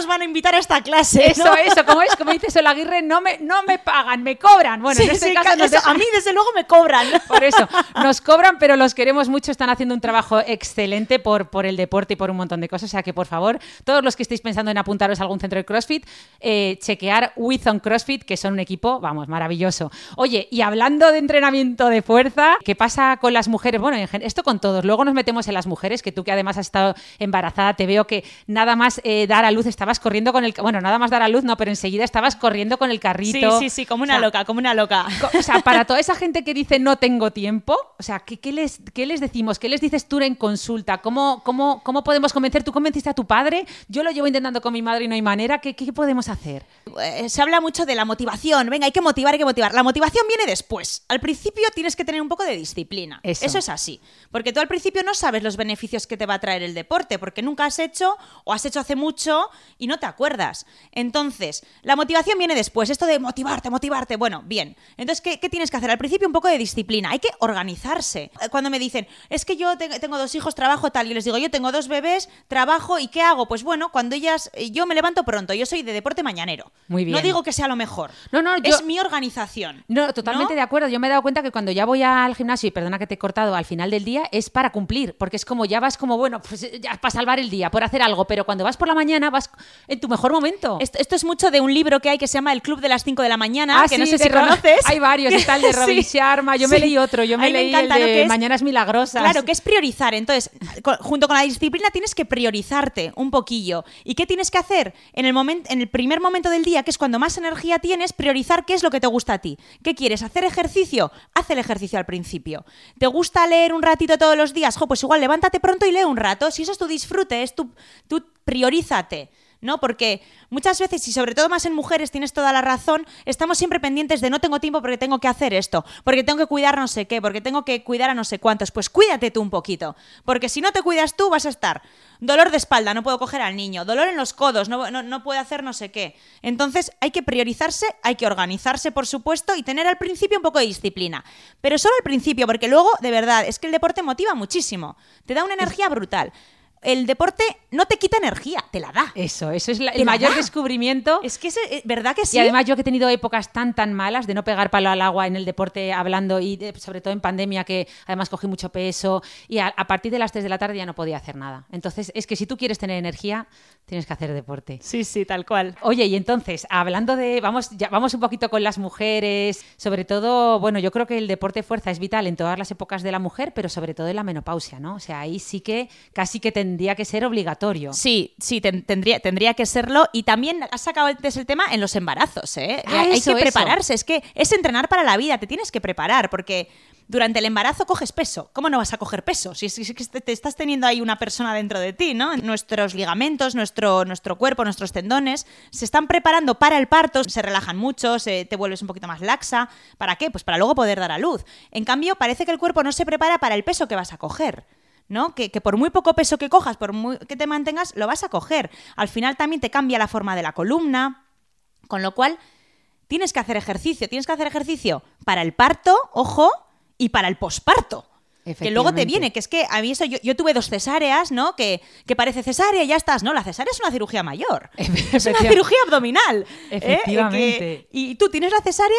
nos van a invitar a esta clase, Eso, ¿no? eso, como es, como dice Sol Aguirre, no me, no me pagan, me cobran. Bueno, Sí, en este sí, caso nos eso, dejan- a mí desde luego me cobran. Por eso, nos cobran, pero los queremos mucho, están haciendo un trabajo excelente por, por el deporte y por un montón de cosas, o sea que por favor, todos los que estéis pensando en apuntaros a algún centro de CrossFit, eh, chequear With on CrossFit, que son un equipo, vamos, maravilloso. Oye, y hablando de entrenamiento de fuerza, ¿qué pasa con las mujeres? Bueno, en gen- esto con todos, luego nos metemos en las mujeres, que tú que además has estado embarazada, te veo que nada más eh, dar a luz estabas corriendo con el... Bueno, nada más dar a luz, no, pero enseguida estabas corriendo con el Sí, carrito. sí, sí, como una O sea, loca, como una loca. Co- O sea, para toda esa gente que dice no tengo tiempo, o sea, ¿qué, qué les, qué les decimos? ¿Qué les dices tú en consulta? ¿Cómo, cómo, ¿Cómo podemos convencer? ¿Tú convenciste a tu padre? Yo lo llevo intentando con mi madre y no hay manera. ¿Qué, qué podemos hacer? Eh, se habla mucho de la motivación. Venga, hay que motivar, hay que motivar. La motivación viene después. Al principio tienes que tener un poco de disciplina. Eso. Eso es así. Porque tú al principio no sabes los beneficios que te va a traer el deporte, porque nunca has hecho o has hecho hace mucho y no te acuerdas. Entonces, la motivación viene después. Esto de motivarte, motivarte. Bueno, bien. Entonces, ¿qué, qué tienes que hacer? Al principio un poco de disciplina. Hay que organizarse. Eh, Cuando me dicen, es que yo te- tengo dos hijos, trabajo tal, y les digo, yo tengo dos bebés, trabajo, ¿y qué hago? Pues bueno, cuando ellas, eh, yo me levanto pronto, yo soy de deporte mañanero. Muy bien. No digo que sea lo mejor. No, no, yo- Es mi organización. No, totalmente ¿no? de acuerdo. Yo me he dado cuenta que cuando ya voy al gimnasio, y perdona que te he cortado, al final del día es para cumplir, porque es como ya vas como, bueno, pues ya para salvar el día, por hacer algo, pero cuando vas por la mañana vas en tu mejor momento. Esto, esto es mucho de un libro que hay que se llama El Club de las cinco de la mañana, Ah, que sí, no sé de si Ro- conoces. Hay varios, está el de Robin Sí, Sharma, yo me sí. leí otro, yo A me mí me leí encanta, el ¿no? de Que es- Mañanas Milagrosas. Claro, que es priorizar. Entonces, co- junto con la disciplina tienes que priorizarte un poquillo. ¿Y qué tienes que hacer? En el, momen- en el primer momento del día, que es cuando más energía tienes, priorizar qué es lo que te gusta a ti. ¿Qué quieres? ¿Hacer ejercicio? Haz el ejercicio al principio. ¿Te gusta leer un ratito todos los días? Jo, pues igual levántate pronto y lee un rato. Si eso es tu disfrute, es tu, tú priorízate. ¿No? Porque muchas veces, y sobre todo más en mujeres, tienes toda la razón, estamos siempre pendientes de no tengo tiempo porque tengo que hacer esto, porque tengo que cuidar no sé qué, porque tengo que cuidar a no sé cuántos. Pues cuídate tú un poquito, porque si no te cuidas tú vas a estar dolor de espalda, no puedo coger al niño, dolor en los codos, no, no, no puedo hacer no sé qué. Entonces hay que priorizarse, hay que organizarse, por supuesto, y tener al principio un poco de disciplina. Pero solo al principio, porque luego, de verdad, es que el deporte motiva muchísimo, te da una energía brutal. El deporte no te quita energía, te la da. Eso, eso es la- Te el la mayor da. descubrimiento. Es que es verdad que sí. Y además yo que he tenido épocas tan tan malas de no pegar palo al agua en el deporte hablando y de- sobre todo en pandemia, que además cogí mucho peso y a, a partir de las tres de la tarde ya no podía hacer nada. Entonces es que si tú quieres tener energía tienes que hacer deporte. Sí, sí, tal cual. Oye, y entonces, hablando de, vamos, ya, vamos un poquito con las mujeres, sobre todo, bueno, yo creo que el deporte fuerza es vital en todas las épocas de la mujer, pero sobre todo en la menopausia, ¿no? O sea, ahí sí que casi que tendría que ser obligatorio. Sí, sí, ten- tendría, tendría que serlo. Y también has sacado antes el tema en los embarazos, ¿eh? Ah, Hay eso, que eso. prepararse, es que es entrenar para la vida, te tienes que preparar, porque durante el embarazo coges peso. ¿Cómo no vas a coger peso? Si es si es que te, te estás teniendo ahí una persona dentro de ti, ¿no? Nuestros ligamentos, nuestro, nuestro cuerpo, nuestros tendones se están preparando para el parto, se relajan mucho, se, te vuelves un poquito más laxa. ¿Para qué? Pues para luego poder dar a luz. En cambio, parece que el cuerpo no se prepara para el peso que vas a coger. ¿No? Que, que por muy poco peso que cojas, por muy que te mantengas, lo vas a coger. Al final también te cambia la forma de la columna, con lo cual tienes que hacer ejercicio, tienes que hacer ejercicio para el parto, ojo, y para el posparto. Que luego te viene, que es que a mí eso, yo, yo tuve dos cesáreas, ¿no? Que, que parece cesárea y ya estás. No, la cesárea es una cirugía mayor. Es una cirugía abdominal. ¿eh? Efectivamente. Que- y tú tienes la cesárea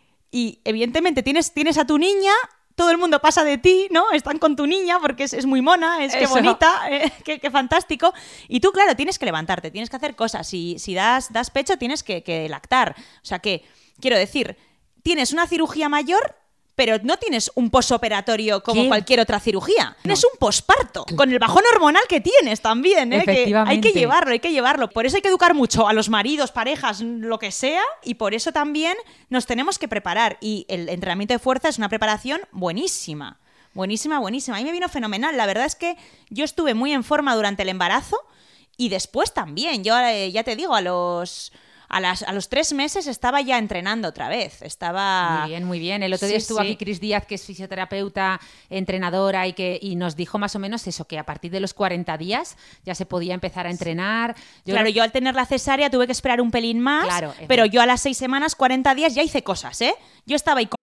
y evidentemente tienes, tienes a tu niña. Todo el mundo pasa de ti, ¿no? Están con tu niña porque es, es muy mona, es que Eso. bonita, eh, qué, qué fantástico. Y tú, claro, tienes que levantarte, tienes que hacer cosas. Si, si das, das pecho, tienes que, que lactar. O sea que, quiero decir, tienes una cirugía mayor, pero no tienes un posoperatorio como ¿Qué? cualquier otra cirugía. Tienes un posparto, con el bajón hormonal que tienes también, ¿eh? Que hay Efectivamente. que llevarlo, hay que llevarlo. Por eso hay que educar mucho a los maridos, parejas, lo que sea, y por eso también nos tenemos que preparar. Y el entrenamiento de fuerza es una preparación buenísima. Buenísima, buenísima. A mí me vino fenomenal. La verdad es que yo estuve muy en forma durante el embarazo y después también. Yo, eh, ya te digo, a los... A, las, a los tres meses estaba ya entrenando otra vez. Estaba... Muy bien, muy bien. El otro día Sí, estuvo sí. aquí Cris Díaz, que es fisioterapeuta, entrenadora, y que y nos dijo más o menos eso, que a partir de los cuarenta días ya se podía empezar a entrenar. Yo claro, creo- yo al tener la cesárea tuve que esperar un pelín más, Claro, es pero verdad. yo a las seis semanas, cuarenta días ya hice cosas, ¿eh? Yo estaba ahí.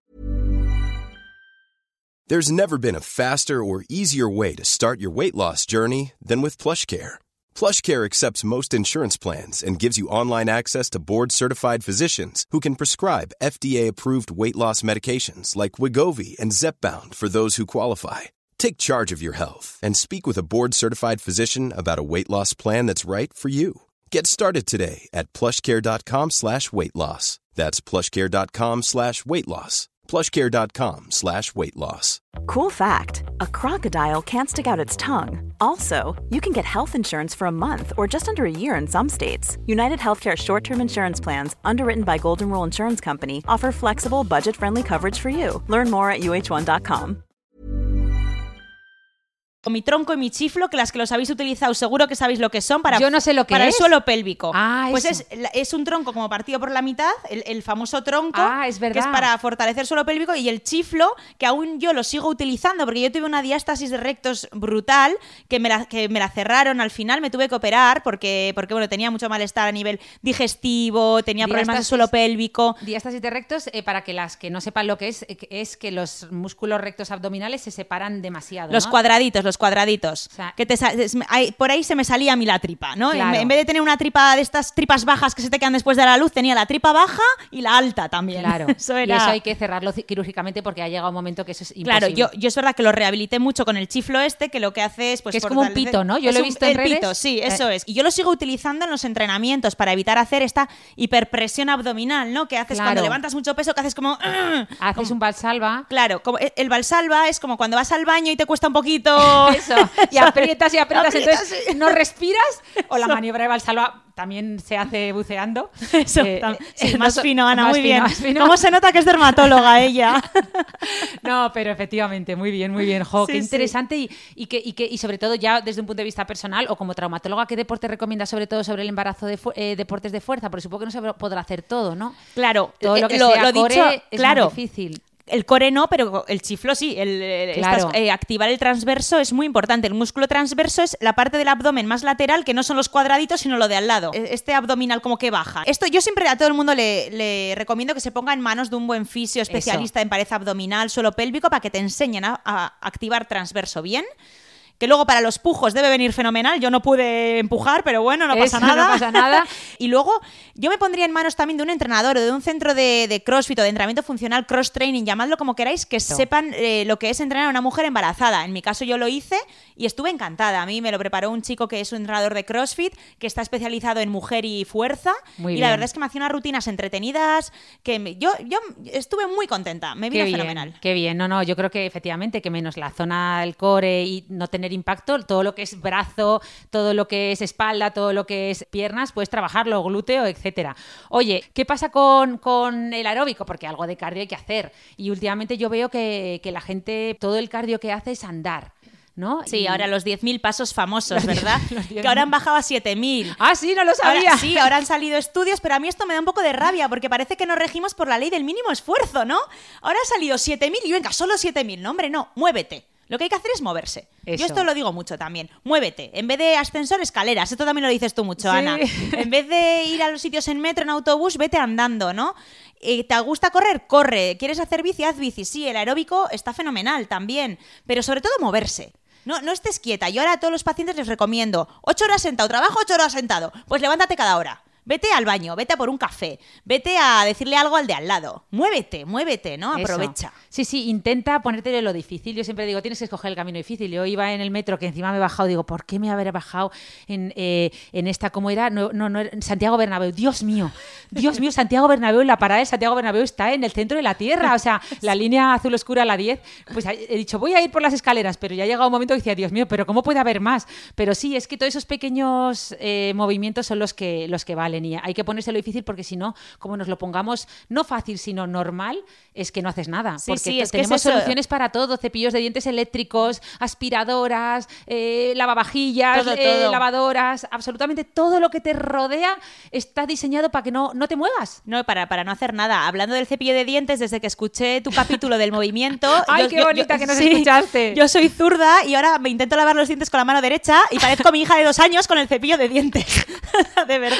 There's never been a faster or easier way to start your weight loss journey than with PlushCare. PlushCare accepts most insurance plans and gives you online access to board-certified physicians who can prescribe F D A-approved weight loss medications like Wegovy and Zepbound for those who qualify. Take charge of your health and speak with a board-certified physician about a weight loss plan that's right for you. Get started today at plushcare.com slash weight loss. That's plushcare.com slash weight loss. plushcare.com slash weight loss. Cool fact, a crocodile can't stick out its tongue. Also, you can get health insurance for a month or just under a year in some states. United Healthcare short-term insurance plans, underwritten by Golden Rule Insurance Company, offer flexible, budget-friendly coverage for you. Learn more at U H one dot com. Con mi tronco y mi chiflo, que las que los habéis utilizado seguro que sabéis lo que son para, Yo no sé lo que para es. el suelo pélvico. Ah, pues eso. es, es un tronco como partido por la mitad, el, el famoso tronco, Ah, es verdad. que es para fortalecer el suelo pélvico, y el chiflo, que aún yo lo sigo utilizando, porque yo tuve una diástasis de rectos brutal, que me la, que me la cerraron al final, me tuve que operar, porque, porque bueno, tenía mucho malestar a nivel digestivo, tenía problemas de Diástasis- suelo pélvico. Diástasis de rectos, eh, para que las que no sepan lo que es, eh, es que los músculos rectos abdominales se separan demasiado. Los ¿no? cuadraditos, los cuadraditos. O sea, que te sa- es- hay- por ahí se me salía a mí la tripa, ¿no? Claro. En, en vez de tener una tripa de estas tripas bajas que se te quedan después de la luz, tenía la tripa baja y la alta también. Claro, Eso era... y eso hay que cerrarlo ci- quirúrgicamente porque ha llegado un momento que eso es imposible. Claro, yo, yo es verdad que lo rehabilité mucho con el chiflo este, que lo que hace es... Pues, Que es como un fortalecer- pito, ¿no? Yo es lo he un- visto en el redes. pito, sí, eso Eh. es. Y yo lo sigo utilizando en los entrenamientos para evitar hacer esta hiperpresión abdominal, ¿no? Que haces Claro. cuando levantas mucho peso, que haces como... Haces un valsalva. Claro, como el valsalva es como cuando vas al baño y te cuesta un poquito... Eso, y aprietas y aprietas, Aprietas, entonces sí. no respiras, o la Eso. maniobra de valsalva también se hace buceando. Eso, Eh, tam- eh, sí, no más so- fino, Ana, más muy fino, bien. más fino. ¿Cómo se nota que es dermatóloga ella? No, pero efectivamente, muy bien, muy bien. Jo, Sí, qué sí. interesante y, y, que, y, que, y sobre todo ya desde un punto de vista personal o como traumatóloga, ¿qué deporte recomiendas sobre todo sobre el embarazo de fu- eh, deportes de fuerza? Porque supongo que no se podrá hacer todo, ¿no? Claro, Todo lo eh, que lo- sea lo core dicho, es claro. muy difícil. El core no, pero el chiflo sí. El, el- Claro. estas- eh, activar el transverso es muy importante. El músculo transverso es la parte del abdomen más lateral, que no son los cuadraditos, sino lo de al lado. E- Este abdominal como que baja. Esto yo siempre a todo el mundo le, le recomiendo que se ponga en manos de un buen fisio especialista en pared abdominal, suelo pélvico, para que te enseñen a, a activar transverso bien. Que luego para los pujos debe venir fenomenal. Yo no pude empujar, pero bueno, no pasa Eso, nada. no pasa nada. Y luego yo me pondría en manos también de un entrenador o de un centro de, de CrossFit o de entrenamiento funcional, cross-training, llamadlo como queráis, que Eso. sepan eh, lo que es entrenar a una mujer embarazada. En mi caso yo lo hice y estuve encantada. A mí me lo preparó un chico que es un entrenador de CrossFit, que está especializado en mujer y fuerza. Muy y bien. la verdad es que me hacía unas rutinas entretenidas, que me- yo, yo estuve muy contenta. Me vino Qué bien, fenomenal. qué bien. No, no, yo creo que efectivamente que menos la zona del core y no tener impacto, todo lo que es brazo, todo lo que es espalda, todo lo que es piernas, puedes trabajarlo, glúteo, etcétera. Oye, ¿qué pasa con, con el aeróbico? Porque algo de cardio hay que hacer. Y últimamente yo veo que, que la gente, todo el cardio que hace es andar, ¿no? Sí, Y- ahora los diez mil pasos famosos, Los ¿verdad? diez- los diez Que ahora mil. han bajado a siete mil. Ah, sí, no lo sabía. Ahora, sí, ahora han salido estudios, pero a mí esto me da un poco de rabia porque parece que nos regimos por la ley del mínimo esfuerzo, ¿no? Ahora han salido siete mil y venga, solo siete mil. No, hombre, no, muévete. Lo que hay que hacer es moverse. Eso. Yo esto lo digo mucho también. Muévete. En vez de ascensor, escaleras. Esto también lo dices tú mucho, Sí. Ana. En vez de ir a los sitios en metro, en autobús, vete andando, ¿no? Eh, ¿Te gusta correr? Corre. ¿Quieres hacer bici? Haz bici. Sí, el aeróbico está fenomenal también. Pero sobre todo moverse. No, no estés quieta. Yo ahora a todos los pacientes les recomiendo ocho horas sentado, trabajo ocho horas sentado. Pues levántate cada hora. Vete al baño, vete a por un café, vete a decirle algo al de al lado. Muévete, muévete, ¿no? Eso. Aprovecha. Sí, sí, intenta ponerte lo difícil. Yo siempre digo, tienes que escoger el camino difícil. Yo iba en el metro, que encima me he bajado, digo, ¿por qué me haber bajado en, eh, en esta, cómo era? No, no, no, en Santiago Bernabéu. Dios mío, Dios mío, Santiago Bernabéu, la parada de Santiago Bernabéu está en el centro de la Tierra. O sea, la línea azul oscura, la diez. Pues he dicho, voy a ir por las escaleras, pero ya ha llegado un momento que decía, Dios mío, pero ¿cómo puede haber más? Pero sí, es que todos esos pequeños eh, movimientos son los que, los que valen y hay que ponerse lo difícil porque si no, como nos lo pongamos no fácil, sino normal, es que no haces nada. Sí, porque sí, te- es que es tenemos eso. soluciones para todo, cepillos de dientes eléctricos, aspiradoras, eh, lavavajillas, Todo, eh, todo. lavadoras, absolutamente todo lo que te rodea está diseñado para que no, no te muevas. No, para, para no hacer nada. Hablando del cepillo de dientes, desde que escuché tu capítulo del movimiento... ¡Ay, qué bonita que nos escuchaste! Yo soy zurda y ahora me intento lavar los dientes con la mano derecha y parezco mi hija de dos años con el cepillo de dientes. De verdad.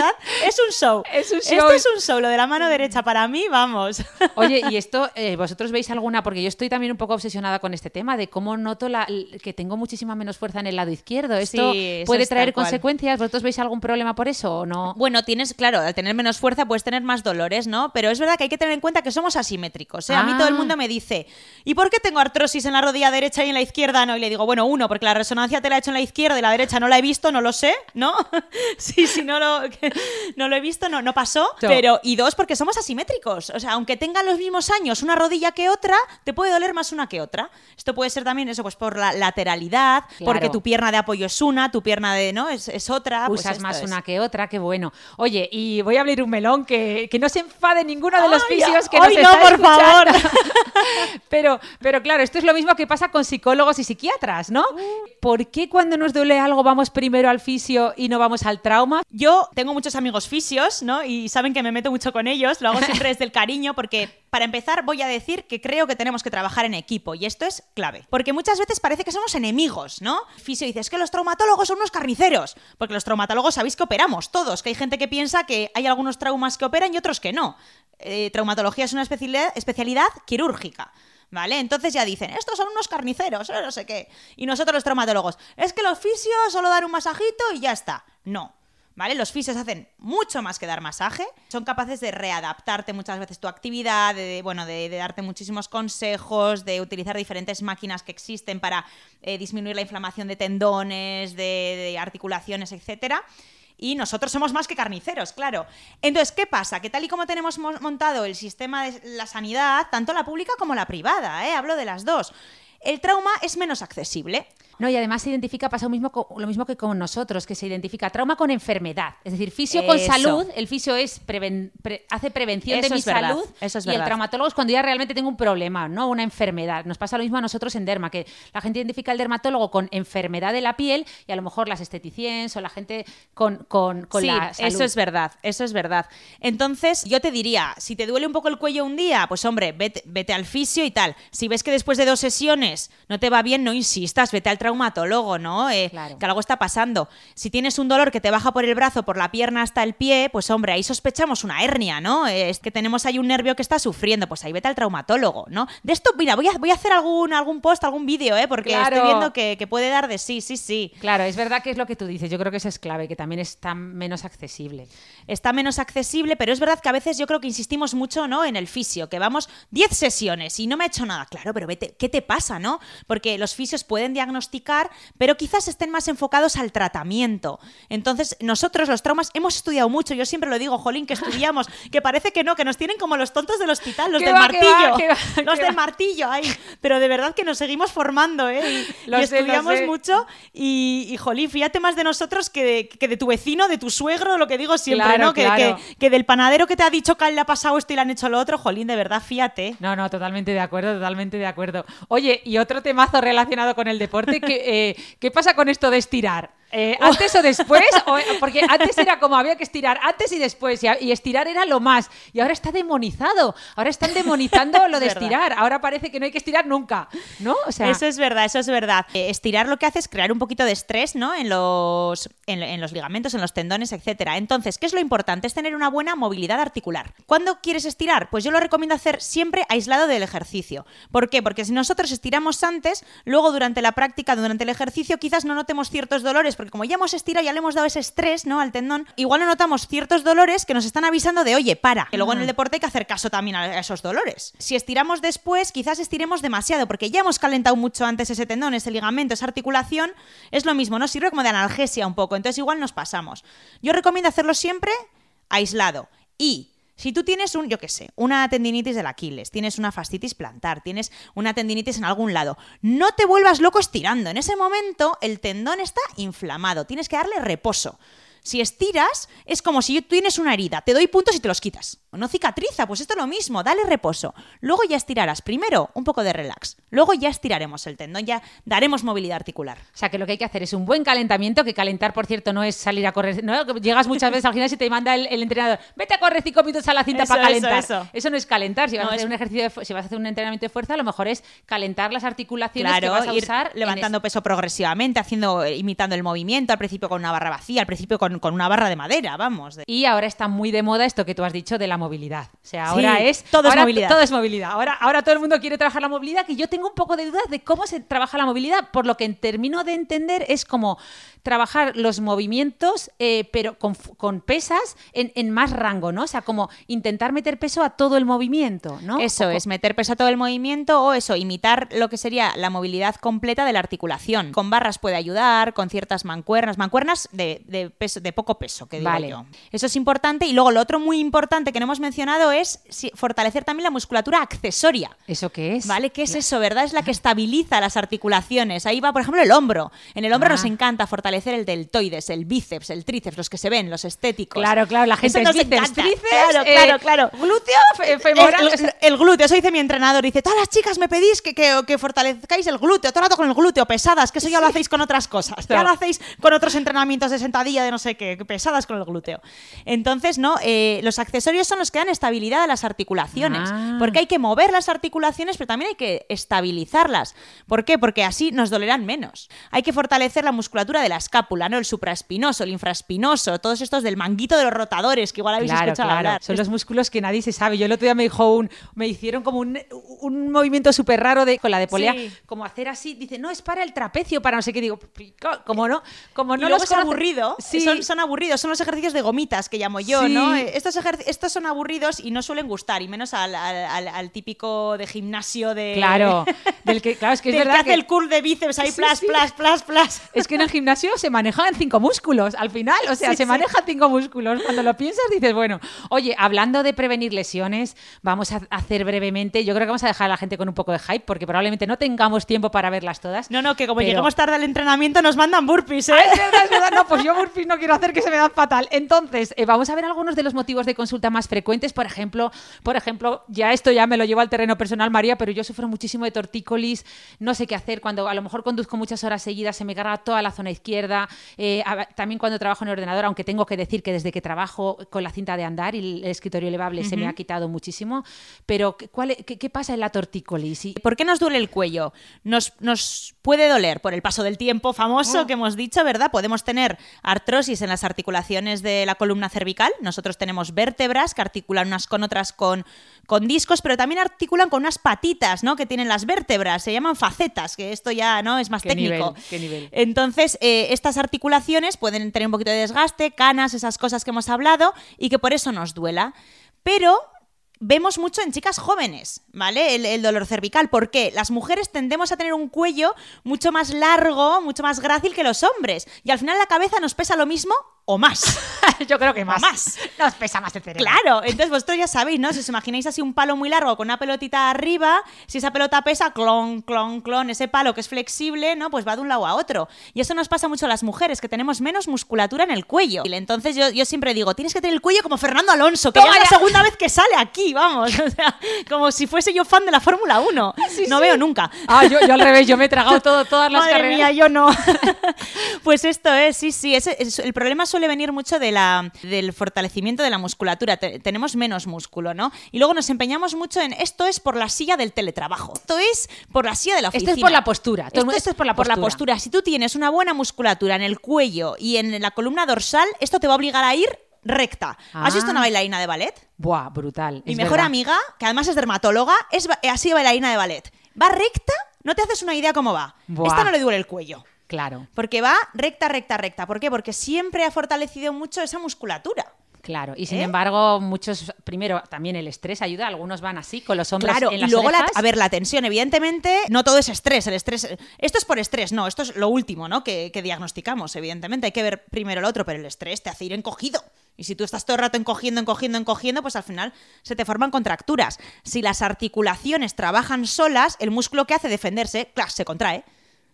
Es un show. Es un show. Esto es un show. Lo de la mano derecha para mí, vamos. Oye, y esto, eh, ¿vosotros veis alguna? Porque yo estoy también un poco obsesionada con este tema de cómo noto la, que tengo muchísima menos fuerza en el lado izquierdo. ¿Esto Sí, eso puede es traer tal cual. consecuencias? ¿Vosotros veis algún problema por eso o no? Bueno, tienes, claro, al tener menos fuerza puedes tener más dolores, ¿no? Pero es verdad que hay que tener en cuenta que somos asimétricos, ¿eh? A mí Ah. todo el mundo me dice, ¿y por qué tengo artrosis en la rodilla derecha y en la izquierda no? Y le digo, bueno, uno, porque la resonancia te la he hecho en la izquierda y la derecha no la he visto, no lo sé, ¿no? Sí, sí, no lo, no lo he visto, no, no pasó. No. Pero, y dos, porque somos asimétricos. O sea, aunque tengan los mismos años una rodilla que otra, te puede doler más una que otra. Esto puede ser también eso, pues por la lateralidad, Claro. porque tu pierna de apoyo es una, tu pierna de, ¿no? Es, es otra. pues Usas esto más es. una que otra, qué bueno. Oye, y voy a abrir un melón que, que no se enfade ninguno de los Ay, fisios que ay, nos no, está por escuchando. favor. pero, pero claro, esto es lo mismo que pasa con psicólogos y psiquiatras, ¿no? ¿Por qué cuando nos duele algo vamos primero al fisio y no vamos al trauma? Yo tengo muchos amigos fisios, ¿no? Y saben que me meto mucho con ellos, lo hago siempre desde el cariño, porque para empezar voy a decir que creo que tenemos que trabajar en equipo, y esto es clave. Porque muchas veces parece que somos enemigos, ¿no? El fisio dice, es que los traumatólogos son unos carniceros, porque los traumatólogos sabéis que operamos todos, que hay gente que piensa que hay algunos traumas que operan y otros que no. Eh, traumatología es una especialidad, especialidad quirúrgica. ¿Vale? Entonces ya dicen, estos son unos carniceros, no sé qué. Y nosotros los traumatólogos, es que los fisios solo dan un masajito y ya está. No. ¿Vale? Los fisios hacen mucho más que dar masaje, son capaces de readaptarte muchas veces tu actividad, de, bueno, de, de darte muchísimos consejos, de utilizar diferentes máquinas que existen para eh, disminuir la inflamación de tendones, de, de articulaciones, etcétera. Y nosotros somos más que carniceros, claro. Entonces, ¿qué pasa? Que tal y como tenemos mo- montado el sistema de la sanidad, tanto la pública como la privada, ¿eh? Hablo de las dos, el trauma es menos accesible. No, y además se identifica, pasa lo mismo, co- lo mismo que con nosotros, que se identifica trauma con enfermedad. Es decir, fisio con Eso. salud, el fisio es preven- pre- hace prevención Eso de mi es verdad, salud, eso es y el verdad. traumatólogo es cuando ya realmente tengo un problema, no una enfermedad. Nos pasa lo mismo a nosotros en derma, que la gente identifica al dermatólogo con enfermedad de la piel y a lo mejor las esteticiens o la gente con, con, con sí, la salud. eso es verdad, eso es verdad. Entonces, yo te diría, si te duele un poco el cuello un día, pues hombre, vete, vete al fisio y tal. Si ves que después de dos sesiones no te va bien, no insistas, vete al traumatólogo, ¿no? Eh, Claro. Que algo está pasando. Si tienes un dolor que te baja por el brazo, por la pierna hasta el pie, pues hombre, ahí sospechamos una hernia, ¿no? Eh, es que tenemos ahí un nervio que está sufriendo, pues ahí vete al traumatólogo, ¿no? De esto, mira, voy a, voy a hacer algún, algún post, algún vídeo, ¿eh? Porque Claro. estoy viendo que, que puede dar de sí, sí, sí. Claro, es verdad que es lo que tú dices. Yo creo que eso es clave, que también está menos accesible. Está menos accesible, pero es verdad que a veces yo creo que insistimos mucho, ¿no? En el fisio, que vamos diez sesiones y no me ha hecho nada. Claro, pero vete, ¿qué te pasa, no? Porque los fisios pueden diagnosticar, pero quizás estén más enfocados al tratamiento. Entonces, nosotros los traumas hemos estudiado mucho, yo siempre lo digo, jolín, que estudiamos, que parece que no, que nos tienen como los tontos del hospital, los Que del va, que martillo, va, que va, los que del va. martillo, ay, pero de verdad que nos seguimos formando, ¿eh? Y, Lo y sé, lo estudiamos sé. mucho y, y, jolín, fíjate más de nosotros que de, que de tu vecino, de tu suegro, lo que digo siempre, Claro, ¿no? Que, claro. que, que del panadero que te ha dicho que le ha pasado esto y le han hecho lo otro, jolín, de verdad, fíjate. No, no, totalmente de acuerdo, totalmente de acuerdo. Oye, y otro temazo relacionado con el deporte, que, eh, ¿qué pasa con esto de estirar? Eh, ¿Antes o después? O- porque antes era como había que estirar antes y después, y, a- y estirar era lo más. Y ahora está demonizado. Ahora están demonizando lo de Es verdad. estirar. Ahora parece que no hay que estirar nunca, ¿no? O sea, Eso es verdad, eso es verdad. Eh, estirar lo que hace es crear un poquito de estrés, ¿no? En los, en, en los ligamentos, en los tendones, etcétera. Entonces, ¿qué es lo importante? Es tener una buena movilidad articular. ¿Cuándo quieres estirar? Pues yo lo recomiendo hacer siempre aislado del ejercicio. ¿Por qué? Porque si nosotros estiramos antes, luego durante la práctica, durante el ejercicio, quizás no notemos ciertos dolores, porque como ya hemos estirado, ya le hemos dado ese estrés, ¿no? Al tendón, igual no notamos ciertos dolores que nos están avisando de, oye, para. Que luego en el deporte hay que hacer caso también a esos dolores. Si estiramos después, quizás estiremos demasiado, porque ya hemos calentado mucho antes ese tendón, ese ligamento, esa articulación. Es lo mismo, ¿no? Sirve como de analgesia un poco, entonces igual nos pasamos. Yo recomiendo hacerlo siempre aislado. Y si tú tienes un, yo qué sé, una tendinitis del Aquiles, tienes una fascitis plantar, tienes una tendinitis en algún lado, no te vuelvas loco estirando. En ese momento el tendón está inflamado, tienes que darle reposo. Si estiras, es como si tú tienes una herida, te doy puntos y te los quitas. no cicatriza, pues esto es lo mismo, dale reposo. Luego ya estirarás, primero un poco de relax, luego ya estiraremos el tendón, ya daremos movilidad articular. O sea, que lo que hay que hacer es un buen calentamiento, que calentar, por cierto, no es salir a correr, ¿no? Llegas muchas veces al gimnasio y te manda el, el entrenador, vete a correr cinco minutos a la cinta Eso, para calentar. Eso, eso. Eso no es calentar, si vas No, a hacer es... un ejercicio, de, si vas a hacer un entrenamiento de fuerza, a lo mejor es calentar las articulaciones claro, que vas a ir usar. levantando es... peso progresivamente, haciendo, imitando el movimiento, al principio con una barra vacía, al principio con, con una barra de madera, vamos. De... Y ahora está muy de moda esto que tú has dicho de la movilidad. O sea, ahora sí, es todo ahora es movilidad. Todo es movilidad. Ahora, ahora todo el mundo quiere trabajar la movilidad, que yo tengo un poco de dudas de cómo se trabaja la movilidad. Por lo que termino de entender es como trabajar los movimientos, eh, pero con, con pesas en, en más rango, ¿no? O sea, como intentar meter peso a todo el movimiento, ¿no? Eso o, es, meter peso a todo el movimiento o eso, imitar lo que sería la movilidad completa de la articulación. Con barras puede ayudar, con ciertas mancuernas, mancuernas de, de, peso, de poco peso, que digo vale. yo. Eso es importante. Y luego lo otro muy importante que no hemos mencionado es fortalecer también la musculatura accesoria. ¿Eso qué es? ¿Vale? ¿Qué es eso, verdad? Es la que estabiliza las articulaciones. Ahí va, por ejemplo, el hombro. En el hombro ah. nos encanta fortalecer el deltoides, el bíceps, el tríceps, los que se ven, los estéticos. Claro, claro, la gente eso es bíceps, encanta. tríceps, claro, eh, claro, claro. glúteo, fe, femoral. El, el, el glúteo, eso dice mi entrenador. Dice, todas las chicas me pedís que, que, que fortalezcáis el glúteo, todo el rato con el glúteo, pesadas, que eso ya lo hacéis con otras cosas. Ya lo hacéis con otros entrenamientos de sentadilla, de no sé qué, pesadas con el glúteo. Entonces, no, eh, los accesorios son los que dan estabilidad a las articulaciones. Ah. Porque hay que mover las articulaciones, pero también hay que estabilizarlas. ¿Por qué? Porque así nos dolerán menos. Hay que fortalecer la musculatura de la escápula, ¿no? El supraespinoso, el infraespinoso, todos estos del manguito de los rotadores, que igual habéis claro, escuchado claro. hablar. Son los músculos que nadie se sabe. Yo el otro día me dijo un, me hicieron como un, un movimiento súper raro de, con la de polea, sí. como hacer así, dice, no, es para el trapecio, para no sé qué, digo, como no, como no y los luego es aburrido, sí. son, son aburridos, son los ejercicios de gomitas que llamo yo, sí. ¿no? Estos, ejerc- estos son aburridos y no suelen gustar, y menos al, al, al, al típico de gimnasio de... Claro, del que, claro, es que es del verdad que hace que... el curl de bíceps ahí, sí, plas, sí. plas, plas, plas. Es que en el gimnasio se manejan cinco músculos, al final, o sea, sí, se sí. manejan cinco músculos. Cuando lo piensas dices, bueno, oye, hablando de prevenir lesiones, vamos a hacer brevemente, yo creo que vamos a dejar a la gente con un poco de hype, porque probablemente no tengamos tiempo para verlas todas. No, no, que como pero... lleguemos tarde al entrenamiento nos mandan burpees, ¿eh? Ay, es verdad, es verdad. No, pues yo burpees no quiero hacer, que se me dan fatal. Entonces, eh, vamos a ver algunos de los motivos de consulta más frecuentes. Por ejemplo, por ejemplo, ya esto ya me lo llevo al terreno personal, María, pero yo sufro muchísimo de tortícolis, no sé qué hacer, cuando a lo mejor conduzco muchas horas seguidas, se me carga toda la zona izquierda, eh, a, también cuando trabajo en el ordenador, aunque tengo que decir que desde que trabajo con la cinta de andar y el escritorio elevable uh-huh. se me ha quitado muchísimo, pero ¿cuál, qué, qué pasa en la tortícolis? ¿Y ¿por qué nos duele el cuello? Nos, nos puede doler por el paso del tiempo famoso oh. que hemos dicho, ¿verdad? Podemos tener artrosis en las articulaciones de la columna cervical. Nosotros tenemos vértebras que articulan unas con otras con, con discos, pero también articulan con unas patitas, ¿no? Que tienen las vértebras, se llaman facetas, que esto ya no es más ¿Qué técnico. Nivel, ¿Qué nivel? Entonces, eh, estas articulaciones pueden tener un poquito de desgaste, canas, esas cosas que hemos hablado, y que por eso nos duela. Pero vemos mucho en chicas jóvenes, ¿vale? El, el dolor cervical. ¿Por qué? Las mujeres tendemos a tener un cuello mucho más largo, mucho más grácil que los hombres. Y al final la cabeza nos pesa lo mismo o más. Yo creo que más. O más. Nos pesa más el cerebro. Claro, entonces vosotros ya sabéis, ¿no? Si os imagináis así un palo muy largo con una pelotita arriba, si esa pelota pesa, clon, clon, clon, ese palo que es flexible, ¿no? Pues va de un lado a otro. Y eso nos pasa mucho a las mujeres, que tenemos menos musculatura en el cuello. Y entonces yo, yo siempre digo, tienes que tener el cuello como Fernando Alonso, que ya es la segunda vez que sale aquí, vamos. O sea, como si fuese yo fan de la Fórmula uno. Sí, no sí. veo nunca. Ah, yo, yo al revés, yo me he tragado todo, todas las Madre carreras. Madre mía, yo no. Pues esto es, sí, sí. Es, es, el problema suele venir mucho de la, del fortalecimiento de la musculatura. Te, tenemos menos músculo, ¿no? Y luego nos empeñamos mucho en esto es por la silla del teletrabajo. Esto es por la silla de la oficina. Esto es por la postura. Esto, esto es por la por postura. la postura. Si tú tienes una buena musculatura en el cuello y en la columna dorsal, esto te va a obligar a ir recta. Ah. ¿Has visto una bailarina de ballet? Buah, brutal. Mi es mejor verdad. amiga, que además es dermatóloga, es, ha sido bailarina de ballet. Va recta, no te haces una idea cómo va. Buah. Esta no le duele el cuello. Claro. Porque va recta, recta, recta. ¿Por qué? Porque siempre ha fortalecido mucho esa musculatura. Claro, y sin ¿Eh? embargo, muchos, primero, también el estrés ayuda, algunos van así, con los hombros claro, en las y luego orejas. La, a ver, la tensión, evidentemente, no todo es estrés, el estrés, esto es por estrés, no, esto es lo último, ¿no? Que, que diagnosticamos, evidentemente, hay que ver primero el otro, pero el estrés te hace ir encogido. Y si tú estás todo el rato encogiendo, encogiendo, encogiendo, pues al final se te forman contracturas. Si las articulaciones trabajan solas, el músculo que hace defenderse, claro, se contrae.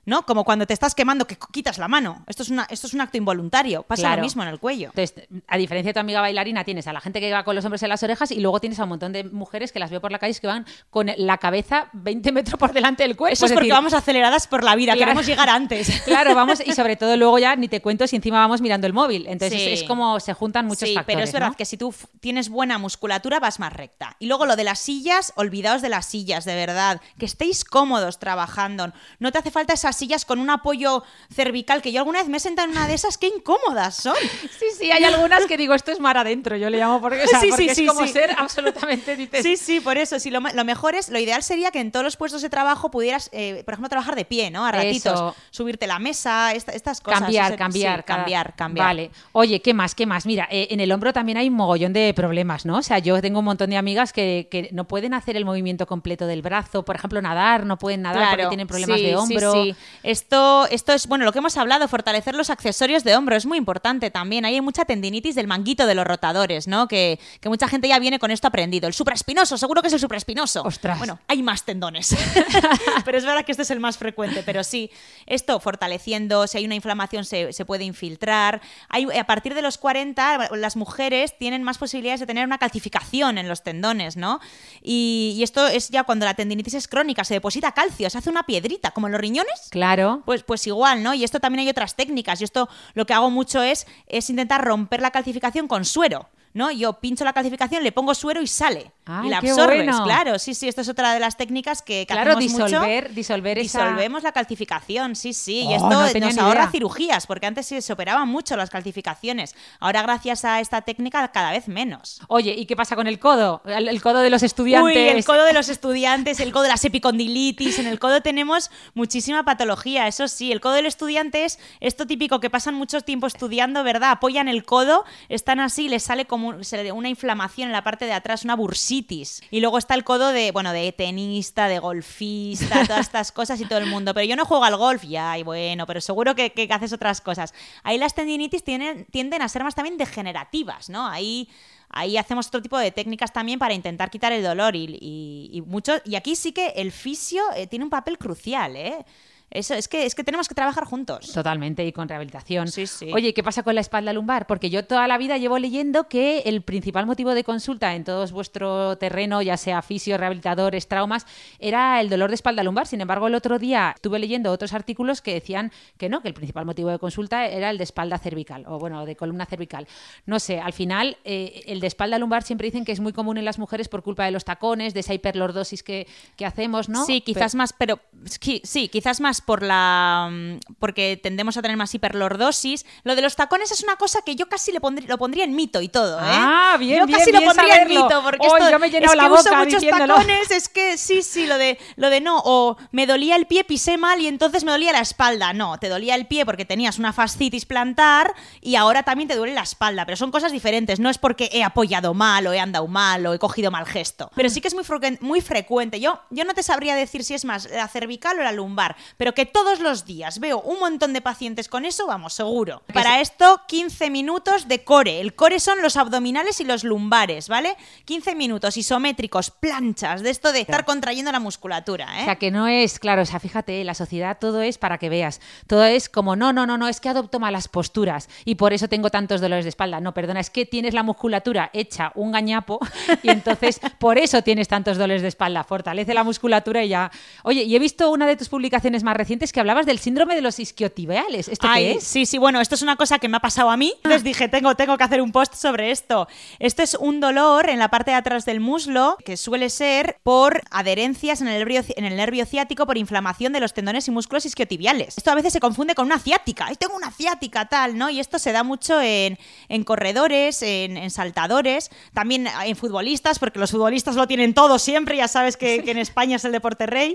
¿no? Como cuando te estás quemando que quitas la mano. Esto es, una, esto es un acto involuntario. Pasa Claro. lo mismo en el cuello. Entonces, a diferencia de tu amiga bailarina, tienes a la gente que va con los hombros en las orejas y luego tienes a un montón de mujeres que las veo por la calle que van con la cabeza veinte metros por delante del cuerpo. Eso es, es porque decir, vamos aceleradas por la vida, Claro. queremos llegar antes. Claro, vamos, y sobre todo luego ya ni te cuento si encima vamos mirando el móvil. Entonces Sí. es como se juntan muchos sí, factores. pero es verdad ¿no? que si tú f- tienes buena musculatura vas más recta. Y luego lo de las sillas, olvidaos de las sillas, de verdad. Que estéis cómodos trabajando. No te hace falta esas sillas con un apoyo cervical, que yo alguna vez me he sentado en una de esas, qué incómodas son. Sí, sí, hay algunas que digo, esto es mar adentro, yo le llamo porque, o sea, Sí, sí, porque sí, es como sí. ser absolutamente, dices, Sí, sí, por eso. Sí, lo, ma- lo mejor es, lo ideal sería que en todos los puestos de trabajo pudieras, eh, por ejemplo, trabajar de pie, ¿no? A ratitos. Eso. Subirte la mesa, esta- estas cosas. cambiar, Ese- cambiar, sí, cada- cambiar, cambiar. Vale. Oye, ¿qué más? ¿Qué más? Mira, eh, en el hombro también hay un mogollón de problemas, ¿no? O sea, yo tengo un montón de amigas que, que no pueden hacer el movimiento completo del brazo, por ejemplo, nadar, no pueden nadar porque tienen problemas sí, de hombro. Sí, sí. Esto, esto es, bueno, lo que hemos hablado, fortalecer los accesorios de hombro es muy importante también. Ahí hay mucha tendinitis del manguito de los rotadores, ¿no? Que, que mucha gente ya viene con esto aprendido. El supraespinoso, seguro que es el supraespinoso. Ostras. Bueno, hay más tendones. Pero es verdad que este es el más frecuente. Pero sí, esto fortaleciendo, si hay una inflamación se, se puede infiltrar. Hay, a partir de los cuarenta, las mujeres tienen más posibilidades de tener una calcificación en los tendones, ¿no? Y, y esto es ya cuando la tendinitis es crónica, se deposita calcio, se hace una piedrita, como en los riñones. Claro. Pues, pues igual, ¿no? Y esto también hay otras técnicas. Yo esto lo que hago mucho es, es intentar romper la calcificación con suero, ¿no? Yo pincho la calcificación, le pongo suero y sale. Ay, y la qué absorbes, bueno. claro. Sí, sí, esto es otra de las técnicas que, que Claro, hacemos disolver, mucho. disolver esa... Disolvemos la calcificación, sí, sí. Oh, y esto no tenía nos ni ahorra idea. cirugías, porque antes sí se operaban mucho las calcificaciones. Ahora, gracias a esta técnica, cada vez menos. Oye, ¿y qué pasa con el codo? El, el codo de los estudiantes. Uy, el codo de los estudiantes, el codo de las epicondilitis. En el codo tenemos muchísima patología, eso sí. El codo del estudiante es esto típico que pasan mucho tiempo estudiando, ¿verdad? Apoyan el codo, están así, les sale como un- se le- una inflamación en la parte de atrás, una bursitis. Y luego está el codo de, bueno, de tenista, de golfista, todas estas cosas y todo el mundo. Pero yo no juego al golf, ya, y bueno, pero seguro que, que haces otras cosas. Ahí las tendinitis tienen, tienden a ser más también degenerativas, ¿no? Ahí... Ahí hacemos otro tipo de técnicas también para intentar quitar el dolor y, y, y mucho, y aquí sí que el fisio eh, tiene un papel crucial, ¿eh? Eso, es que, es que tenemos que trabajar juntos. Totalmente, y con rehabilitación. Sí, sí. Oye, ¿qué pasa con la espalda lumbar? Porque yo toda la vida llevo leyendo que el principal motivo de consulta en todo vuestro terreno, ya sea fisio, rehabilitadores, traumas, era el dolor de espalda lumbar. Sin embargo, el otro día estuve leyendo otros artículos que decían que no, que el principal motivo de consulta era el de espalda cervical, o bueno, de columna cervical. No sé, al final, eh, el de espalda lumbar siempre dicen que es muy común en las mujeres por culpa de los tacones, de esa hiperlordosis que, que hacemos, ¿no? Sí, quizás Pero- más, pero sí, sí, quizás más por la mm, porque tendemos a tener más hiperlordosis. Lo de los tacones es una cosa que yo casi le pondría, lo pondría en mito y todo, ¿eh? Ah, bien, yo bien, casi bien lo pondría saberlo. en mito porque Hoy esto yo me he llenado es la que uso boca muchos diciéndolo. tacones, es que sí, sí, lo de lo de no, o me dolía el pie, pisé mal y entonces me dolía la espalda. No, te dolía el pie porque tenías una fascitis plantar y ahora también te duele la espalda, pero son cosas diferentes, no es porque he apoyado mal o he andado mal o he cogido mal gesto. Pero sí que es muy, frecu- muy frecuente. Yo, yo no te sabría decir si es más la cervical o la lumbar, pero que todos los días veo un montón de pacientes con eso, vamos, seguro. Para esto, quince minutos de core. El core son los abdominales y los lumbares, ¿vale? quince minutos isométricos, planchas, de esto de estar contrayendo la musculatura, ¿eh? O sea, que no es, claro, o sea, fíjate, la sociedad todo es para que veas. Todo es como, no, no, no, no, es que adopto malas posturas y por eso tengo tantos dolores de espalda. No, perdona, es que tienes la musculatura hecha un gañapo y entonces por eso tienes tantos dolores de espalda. Fortalece la musculatura y ya. Oye, y he visto una de tus publicaciones más recientes que hablabas del síndrome de los isquiotibiales. ¿Esto Ay, qué es? Sí, sí, bueno, esto es una cosa que me ha pasado a mí. Entonces dije, tengo, tengo que hacer un post sobre esto. Esto es un dolor en la parte de atrás del muslo que suele ser por adherencias en el nervio, en el nervio ciático por inflamación de los tendones y músculos isquiotibiales. Esto a veces se confunde con una ciática. Ay, tengo una ciática, tal, ¿no? Y esto se da mucho en, en corredores, en, en saltadores, también en futbolistas, porque los futbolistas lo tienen todo siempre. Ya sabes que, que en España es el deporte rey.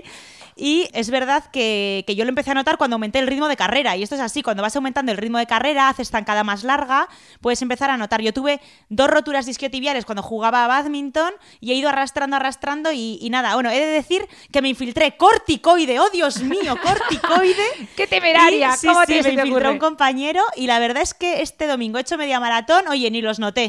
Y es verdad que, que yo lo empecé a notar cuando aumenté el ritmo de carrera. Y esto es así, cuando vas aumentando el ritmo de carrera, haces estancada más larga, puedes empezar a notar. Yo tuve dos roturas de isquiotibiales cuando jugaba a bádminton y he ido arrastrando, arrastrando y, y nada. Bueno, he de decir que me infiltré corticoide. ¡Oh, Dios mío, corticoide! ¡Qué temeraria! Y, sí, ¿Cómo sí, te me se te infiltró ocurre? un compañero y la verdad es que este domingo he hecho media maratón, oye, ni los noté.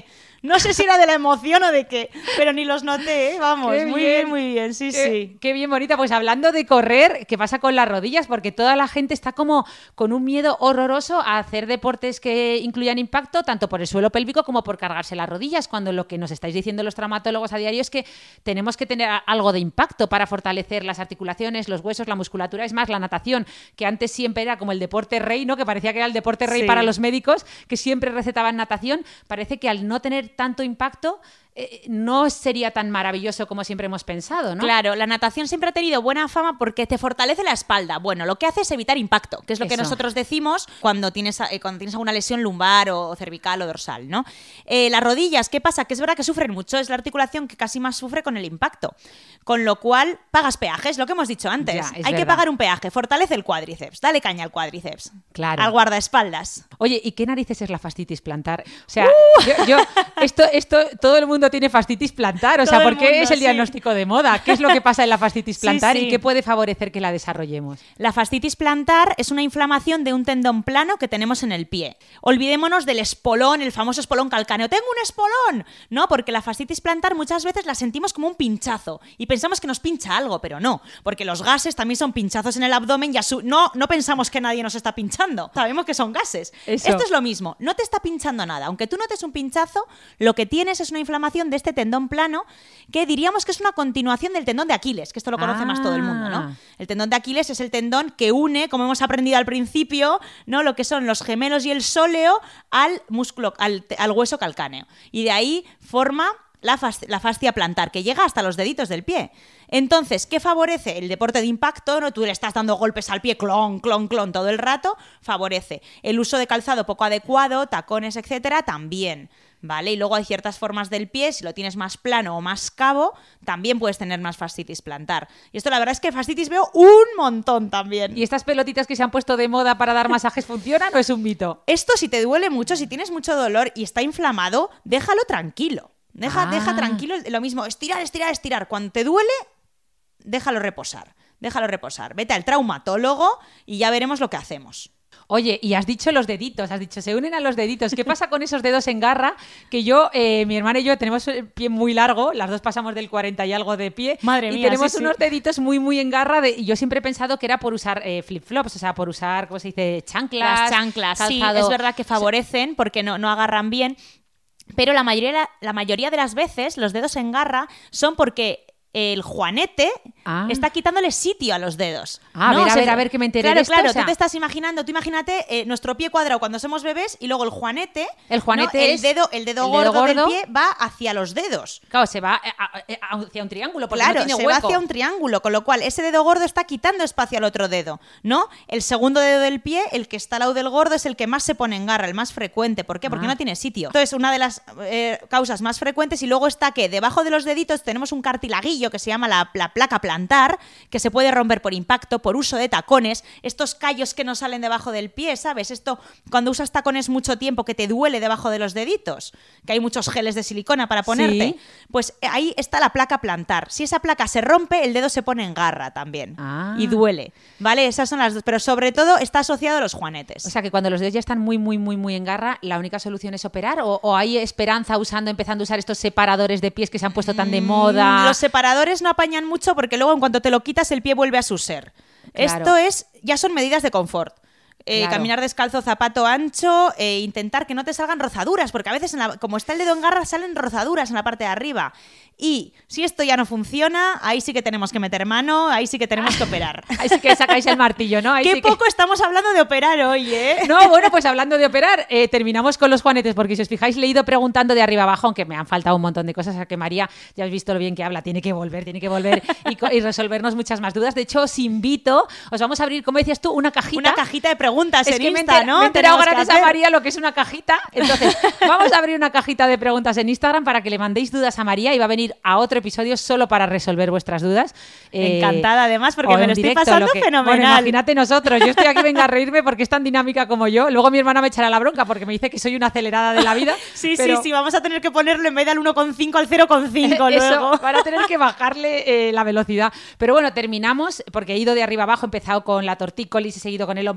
No sé si era de la emoción o de qué, pero ni los noté, ¿eh? Vamos, Qué muy bien. bien, muy bien, sí, Qué, sí. qué bien, bonita. Pues hablando de correr, ¿qué pasa con las rodillas? Porque toda la gente está como con un miedo horroroso a hacer deportes que incluyan impacto, tanto por el suelo pélvico como por cargarse las rodillas, cuando lo que nos estáis diciendo los traumatólogos a diario es que tenemos que tener algo de impacto para fortalecer las articulaciones, los huesos, la musculatura. Es más, la natación, que antes siempre era como el deporte rey, ¿no? Que parecía que era el deporte rey Sí. para los médicos, que siempre recetaban natación, parece que al no tener tanto impacto eh, no sería tan maravilloso como siempre hemos pensado, ¿no? Claro, la natación siempre ha tenido buena fama porque te fortalece la espalda. Bueno, lo que hace es evitar impacto, que es lo que Eso. nosotros decimos cuando tienes, eh, cuando tienes alguna lesión lumbar o cervical o dorsal, ¿no? Eh, las rodillas, ¿qué pasa? Que es verdad que sufren mucho, es la articulación que casi más sufre con el impacto. Con lo cual, pagas peajes, lo que hemos dicho antes. Ya, es Hay verdad. que pagar un peaje, fortalece el cuádriceps, dale caña al cuádriceps. Claro. Al guardaespaldas. Oye, ¿y qué narices es la fascitis plantar? O sea, Uh. yo, yo- esto, esto, todo el mundo tiene fascitis plantar. O sea, Todo el ¿por qué mundo, es el sí. diagnóstico de moda? ¿Qué es lo que pasa en la fascitis Sí, plantar sí. y qué puede favorecer que la desarrollemos? La fascitis plantar es una inflamación de un tendón plano que tenemos en el pie. Olvidémonos del espolón, el famoso espolón calcáneo. ¡Tengo un espolón! No, porque la fascitis plantar muchas veces la sentimos como un pinchazo y pensamos que nos pincha algo, pero no, porque los gases también son pinchazos en el abdomen y a su... no, no pensamos que nadie nos está pinchando. Sabemos que son gases. Eso. Esto es lo mismo, no te está pinchando nada. Aunque tú notes un pinchazo, lo que tienes es una inflamación de este tendón plano que diríamos que es una continuación del tendón de Aquiles, que esto lo conoce Ah. más todo el mundo, ¿no? El tendón de Aquiles es el tendón que une, como hemos aprendido al principio, ¿no? Lo que son los gemelos y el sóleo al músculo, al, al hueso calcáneo. Y de ahí forma la, fas- la fascia plantar, que llega hasta los deditos del pie. Entonces, ¿qué favorece? El deporte de impacto, ¿no? Tú le estás dando golpes al pie, clon, clon, clon, todo el rato, favorece. El uso de calzado poco adecuado, tacones, etcétera, también. ¿Vale? Y luego hay ciertas formas del pie, si lo tienes más plano o más cabo, también puedes tener más fascitis plantar. Y esto la verdad es que fascitis veo un montón también. ¿Y estas pelotitas que se han puesto de moda para dar masajes funcionan o es un mito? Esto si te duele mucho, si tienes mucho dolor y está inflamado, déjalo tranquilo. Deja, Ah. deja tranquilo lo mismo, estirar, estirar, estirar. Cuando te duele, déjalo reposar. Déjalo reposar. Vete al traumatólogo y ya veremos lo que hacemos. Oye, y has dicho los deditos, has dicho, se unen a los deditos. ¿Qué pasa con esos dedos en garra? Que yo, eh, mi hermana y yo tenemos el pie muy largo, las dos pasamos del cuarenta y algo de pie. Madre y mía, tenemos sí, sí. unos deditos muy, muy en garra. De, y yo siempre he pensado que era por usar eh, flip-flops, o sea, por usar, ¿cómo se dice? Chanclas. Las chanclas, sí, calzado. es verdad que favorecen porque no, no agarran bien, pero la mayoría, la mayoría de las veces los dedos en garra son porque el juanete Ah. está quitándole sitio a los dedos. Ah, a ¿no? ver, O a sea, ver, a ver, que me enteré Claro, de esto, claro, o sea- tú te estás imaginando, tú imagínate eh, nuestro pie cuadrado cuando somos bebés y luego el juanete, El juanete ¿no? el es dedo, el dedo el gordo, dedo gordo. del pie va hacia los dedos. Claro, se va a- a- hacia un triángulo porque Claro, no tiene se hueco. va hacia un triángulo, con lo cual ese dedo gordo está quitando espacio al otro dedo, ¿no? El segundo dedo del pie, el que está al lado del gordo, es el que más se pone en garra, el más frecuente. ¿Por qué? Porque Ah. no tiene sitio. Entonces, una de las eh, causas más frecuentes, y luego está que debajo de los deditos tenemos un cartilaguillo que se llama la, la placa plantar, que se puede romper por impacto, por uso de tacones, estos callos que nos salen debajo del pie, ¿sabes? Esto, cuando usas tacones mucho tiempo, que te duele debajo de los deditos, que hay muchos geles de silicona para ponerte, Sí. pues eh, ahí está la placa plantar. Si esa placa se rompe, el dedo se pone en garra también. Ah. Y duele. ¿Vale? Esas son las dos. Pero sobre todo está asociado a los juanetes. O sea, que cuando los dedos ya están muy, muy, muy, muy en garra, ¿la única solución es operar? ¿O, o hay esperanza usando, empezando a usar estos separadores de pies que se han puesto tan de moda? Mm, Los separadores no apañan mucho porque luego en cuanto te lo quitas el pie vuelve a su ser. Claro. Esto es, ya son medidas de confort. Eh, Claro. Caminar descalzo, zapato ancho, eh, intentar que no te salgan rozaduras, porque a veces, en la- como está el dedo en garra, salen rozaduras en la parte de arriba. Y si esto ya no funciona, ahí sí que tenemos que meter mano, ahí sí que tenemos que operar. Ahí sí que sacáis el martillo, ¿no? Ahí Qué sí que- poco estamos hablando de operar hoy, ¿eh? No, bueno, pues hablando de operar, eh, terminamos con los juanetes, porque si os fijáis, le he ido preguntando de arriba abajo, aunque me han faltado un montón de cosas, a que María, ya has visto lo bien que habla, tiene que volver, tiene que volver y, co- y resolvernos muchas más dudas. De hecho, os invito, os vamos a abrir, como decías tú, una cajita. Una cajita de preguntas Es en que me he Insta, enter- ¿no? me he enterado Tenemos que gracias a hacer. María lo que es una cajita. Entonces, vamos a abrir una cajita de preguntas en Instagram para que le mandéis dudas a María y va a venir a otro episodio solo para resolver vuestras dudas. Eh, Encantada, además, porque o me en lo estoy directo, pasando lo que- fenomenal. Bueno, imagínate nosotros. Yo estoy aquí, venga a reírme porque es tan dinámica como yo. Luego mi hermana me echará la bronca porque me dice que soy una acelerada de la vida. Sí, pero- sí, sí, vamos a tener que ponerlo en vez del uno coma cinco al cero coma cinco Eso, luego. para tener que bajarle eh, la velocidad. Pero bueno, terminamos porque he ido de arriba abajo, he empezado con la tortícolis, he seguido con el hombro, el codo,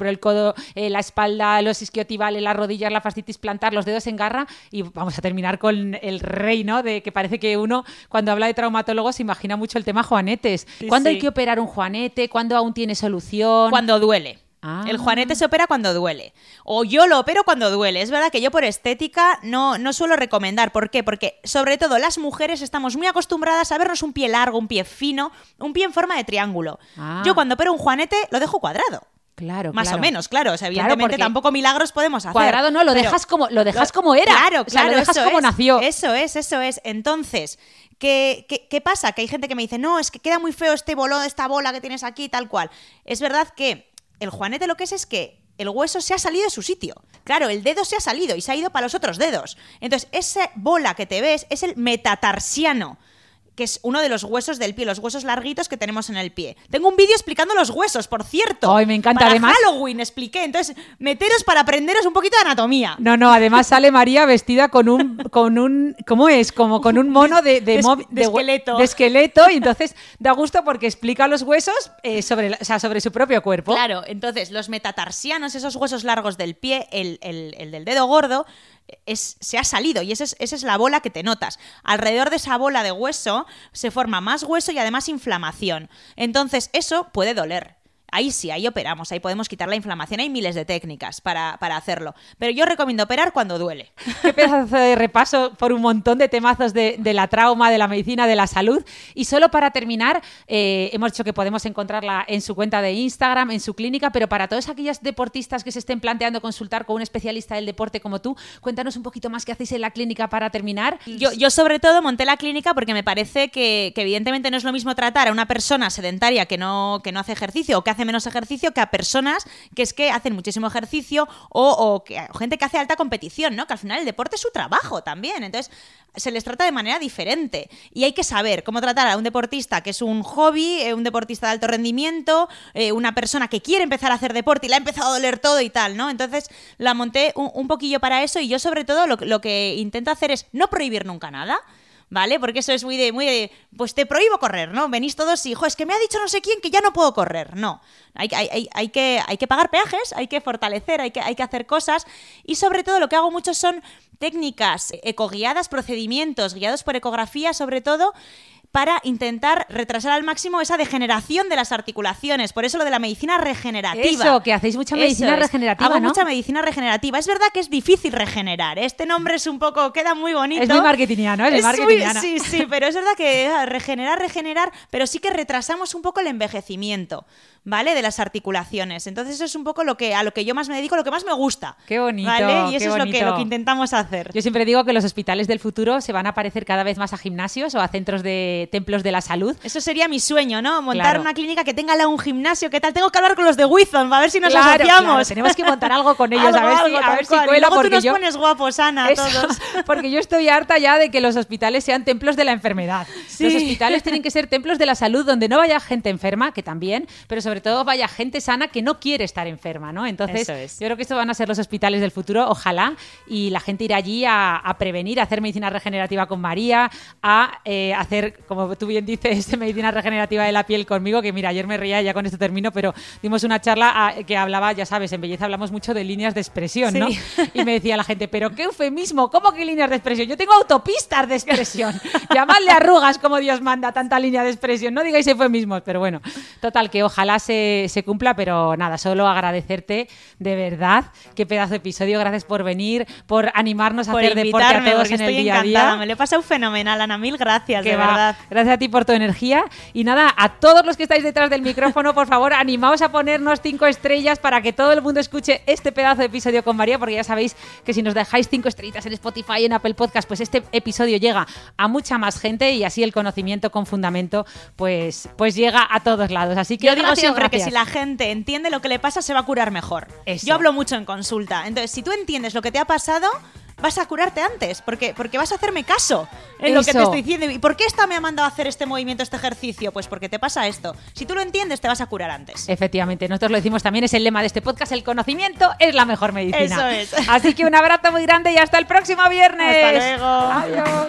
brazo, eh, la espalda, los isquiotibiales, las rodillas, la fascitis plantar, los dedos en garra y vamos a terminar con el rey, ¿no? De que parece que uno cuando habla de traumatólogo se imagina mucho el tema juanetes. Sí, ¿Cuándo sí. hay que operar un juanete? ¿Cuándo aún tiene solución? Cuando duele. Ah. El juanete se opera cuando duele. O yo lo opero cuando duele. Es verdad que yo por estética no, no suelo recomendar. ¿Por qué? Porque sobre todo las mujeres estamos muy acostumbradas a vernos un pie largo, un pie fino, un pie en forma de triángulo. Ah. Yo cuando opero un juanete lo dejo cuadrado. Claro, Más claro. o menos, claro. O sea, Claro, evidentemente porque tampoco milagros podemos hacer. Cuadrado no, lo pero- dejas como lo dejas como era. Claro, O sea, claro, lo dejas eso como es, nació. Eso es, eso es. Entonces, ¿qué, qué, qué pasa? Que hay gente que me dice, no, es que queda muy feo este bolón, esta bola que tienes aquí, tal cual. Es verdad que el juanete lo que es es que el hueso se ha salido de su sitio. Claro, el dedo se ha salido y se ha ido para los otros dedos. Entonces, esa bola que te ves es el metatarsiano, que es uno de los huesos del pie, los huesos larguitos que tenemos en el pie. Tengo un vídeo explicando los huesos, por cierto. Ay, me encanta, para además. Halloween expliqué. Entonces, meteros para aprenderos un poquito de anatomía. No, no, además sale María vestida con un, con un, ¿cómo es? Como con un mono de, de, De- mob- de hue- esqueleto. de esqueleto, y entonces da gusto porque explica los huesos eh, sobre, la- o sea, sobre su propio cuerpo. Claro, entonces los metatarsianos, esos huesos largos del pie, el, el- el del dedo gordo, es, se ha salido y esa es, esa es la bola que te notas. Alrededor de esa bola de hueso se forma más hueso y además inflamación. Entonces eso puede doler. Ahí sí, ahí operamos, ahí podemos quitar la inflamación. Hay miles de técnicas para, para hacerlo. Pero yo recomiendo operar cuando duele. Qué pedazo de repaso por un montón de temazos de, de la trauma, de la medicina, de la salud. Y solo para terminar, eh, hemos dicho que podemos encontrarla en su cuenta de Instagram, en su clínica, pero para todos aquellos deportistas que se estén planteando consultar con un especialista del deporte como tú, cuéntanos un poquito más qué hacéis en la clínica para terminar. Yo, yo sobre todo monté la clínica porque me parece que, que evidentemente no es lo mismo tratar a una persona sedentaria que no, que no hace ejercicio o que hace menos ejercicio que a personas que es que hacen muchísimo ejercicio o, o, que, o gente que hace alta competición, ¿no? Que al final el deporte es su trabajo también. Entonces se les trata de manera diferente y hay que saber cómo tratar a un deportista que es un hobby, eh, un deportista de alto rendimiento, eh, una persona que quiere empezar a hacer deporte y le ha empezado a doler todo y tal, ¿no? Entonces la monté un, un poquillo para eso y yo sobre todo lo, lo que intento hacer es no prohibir nunca nada. ¿Vale? Porque eso es muy de, muy de, pues te prohíbo correr, ¿no? Venís todos y, jo, es que me ha dicho no sé quién que ya no puedo correr. No, hay, hay, hay, hay, que, hay que pagar peajes, hay que fortalecer, hay que, hay que hacer cosas y sobre todo lo que hago mucho son técnicas ecoguiadas, procedimientos guiados por ecografía sobre todo, para intentar retrasar al máximo esa degeneración de las articulaciones. Por eso lo de la medicina regenerativa. Eso, que hacéis mucha medicina Eso es. regenerativa, Hago ¿no? mucha medicina regenerativa. Es verdad que es difícil regenerar. Este nombre es un poco, queda muy bonito. Es muy marketingiano, es, Es muy muy- marketingiana. sí, sí, pero es verdad que ah, regenerar, regenerar, pero sí que retrasamos un poco el envejecimiento, ¿vale? De las articulaciones. Entonces eso es un poco lo que, a lo que yo más me dedico, lo que más me gusta. Qué bonito, ¿vale? Y eso qué es lo que, bonito. lo que intentamos hacer. Yo siempre digo que los hospitales del futuro se van a parecer cada vez más a gimnasios o a centros de templos de la salud. Eso sería mi sueño, ¿no? Montar Claro. una clínica que tenga al lado un gimnasio, ¿qué tal? Tengo que hablar con los de Wizon para ver si nos Claro, asociamos. claro, tenemos que montar algo con ellos, Algo, a ver si, algo, a tal ver si cual. Y cuela, luego tú porque nos yo... pones guapos, Ana, Eso, todos. porque yo estoy harta ya de que los hospitales sean templos de la enfermedad. Sí. Los hospitales tienen que ser templos de la salud donde no vaya gente enferma, que también, pero sobre todo vaya gente sana que no quiere estar enferma, ¿no? Entonces, Eso es. yo creo que estos van a ser los hospitales del futuro, ojalá, y la gente irá allí a, a prevenir, a hacer medicina regenerativa con María, a eh, hacer, como tú bien dices, medicina regenerativa de la piel conmigo, que mira, ayer me reía, ya con esto termino, pero dimos una charla a- que hablaba, ya sabes, en belleza hablamos mucho de líneas de expresión, ¿no? Sí. Y me decía la gente, pero qué eufemismo, ¿cómo que líneas de expresión? Yo tengo autopistas de expresión. Llamadle arrugas como Dios manda, tanta línea de expresión. No digáis eufemismos, pero bueno, total, que ojalá se, se cumpla, pero nada, solo agradecerte de verdad. Qué pedazo de episodio, gracias por venir, por animarnos a Por hacer deporte a invitarme, todos porque en el estoy día a encantada. día. Me lo he pasado fenomenal, Ana. Mil gracias, Que de va. verdad. Gracias a ti por tu energía. Y nada, a todos los que estáis detrás del micrófono, por favor, animaos a ponernos cinco estrellas para que todo el mundo escuche este pedazo de episodio con María, porque ya sabéis que si nos dejáis cinco estrellitas en Spotify, en Apple Podcast, pues este episodio llega a mucha más gente y así el conocimiento con fundamento pues, pues llega a todos lados. Así que Yo digo gracias, siempre que gracias. si la gente entiende lo que le pasa, se va a curar mejor. Eso. Yo hablo mucho en consulta. Entonces, si tú entiendes lo que te ha pasado, vas a curarte antes, porque, porque vas a hacerme caso en lo que te Eso. estoy diciendo. ¿Y por qué esta me ha mandado a hacer este movimiento, este ejercicio? Pues porque te pasa esto. Si tú lo entiendes, te vas a curar antes. Efectivamente, nosotros lo decimos también, es el lema de este podcast, el conocimiento es la mejor medicina. Eso es. Así que un abrazo muy grande y hasta el próximo viernes. Hasta luego. Adiós.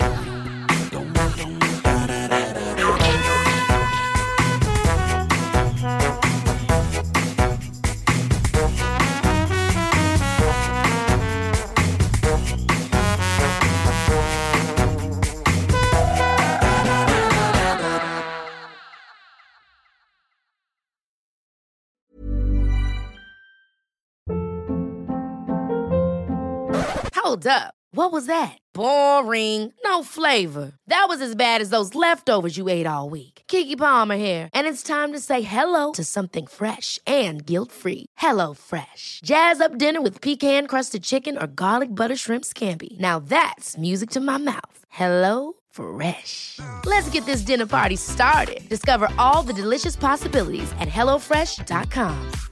Hold up. What was that? Boring. No flavor. That was as bad as those leftovers you ate all week. Keke Palmer here, and it's time to say hello to something fresh and guilt-free. Hello Fresh. Jazz up dinner with pecan-crusted chicken or garlic butter shrimp scampi. Now that's music to my mouth. Hello Fresh. Let's get this dinner party started. Discover all the delicious possibilities at hello fresh dot com.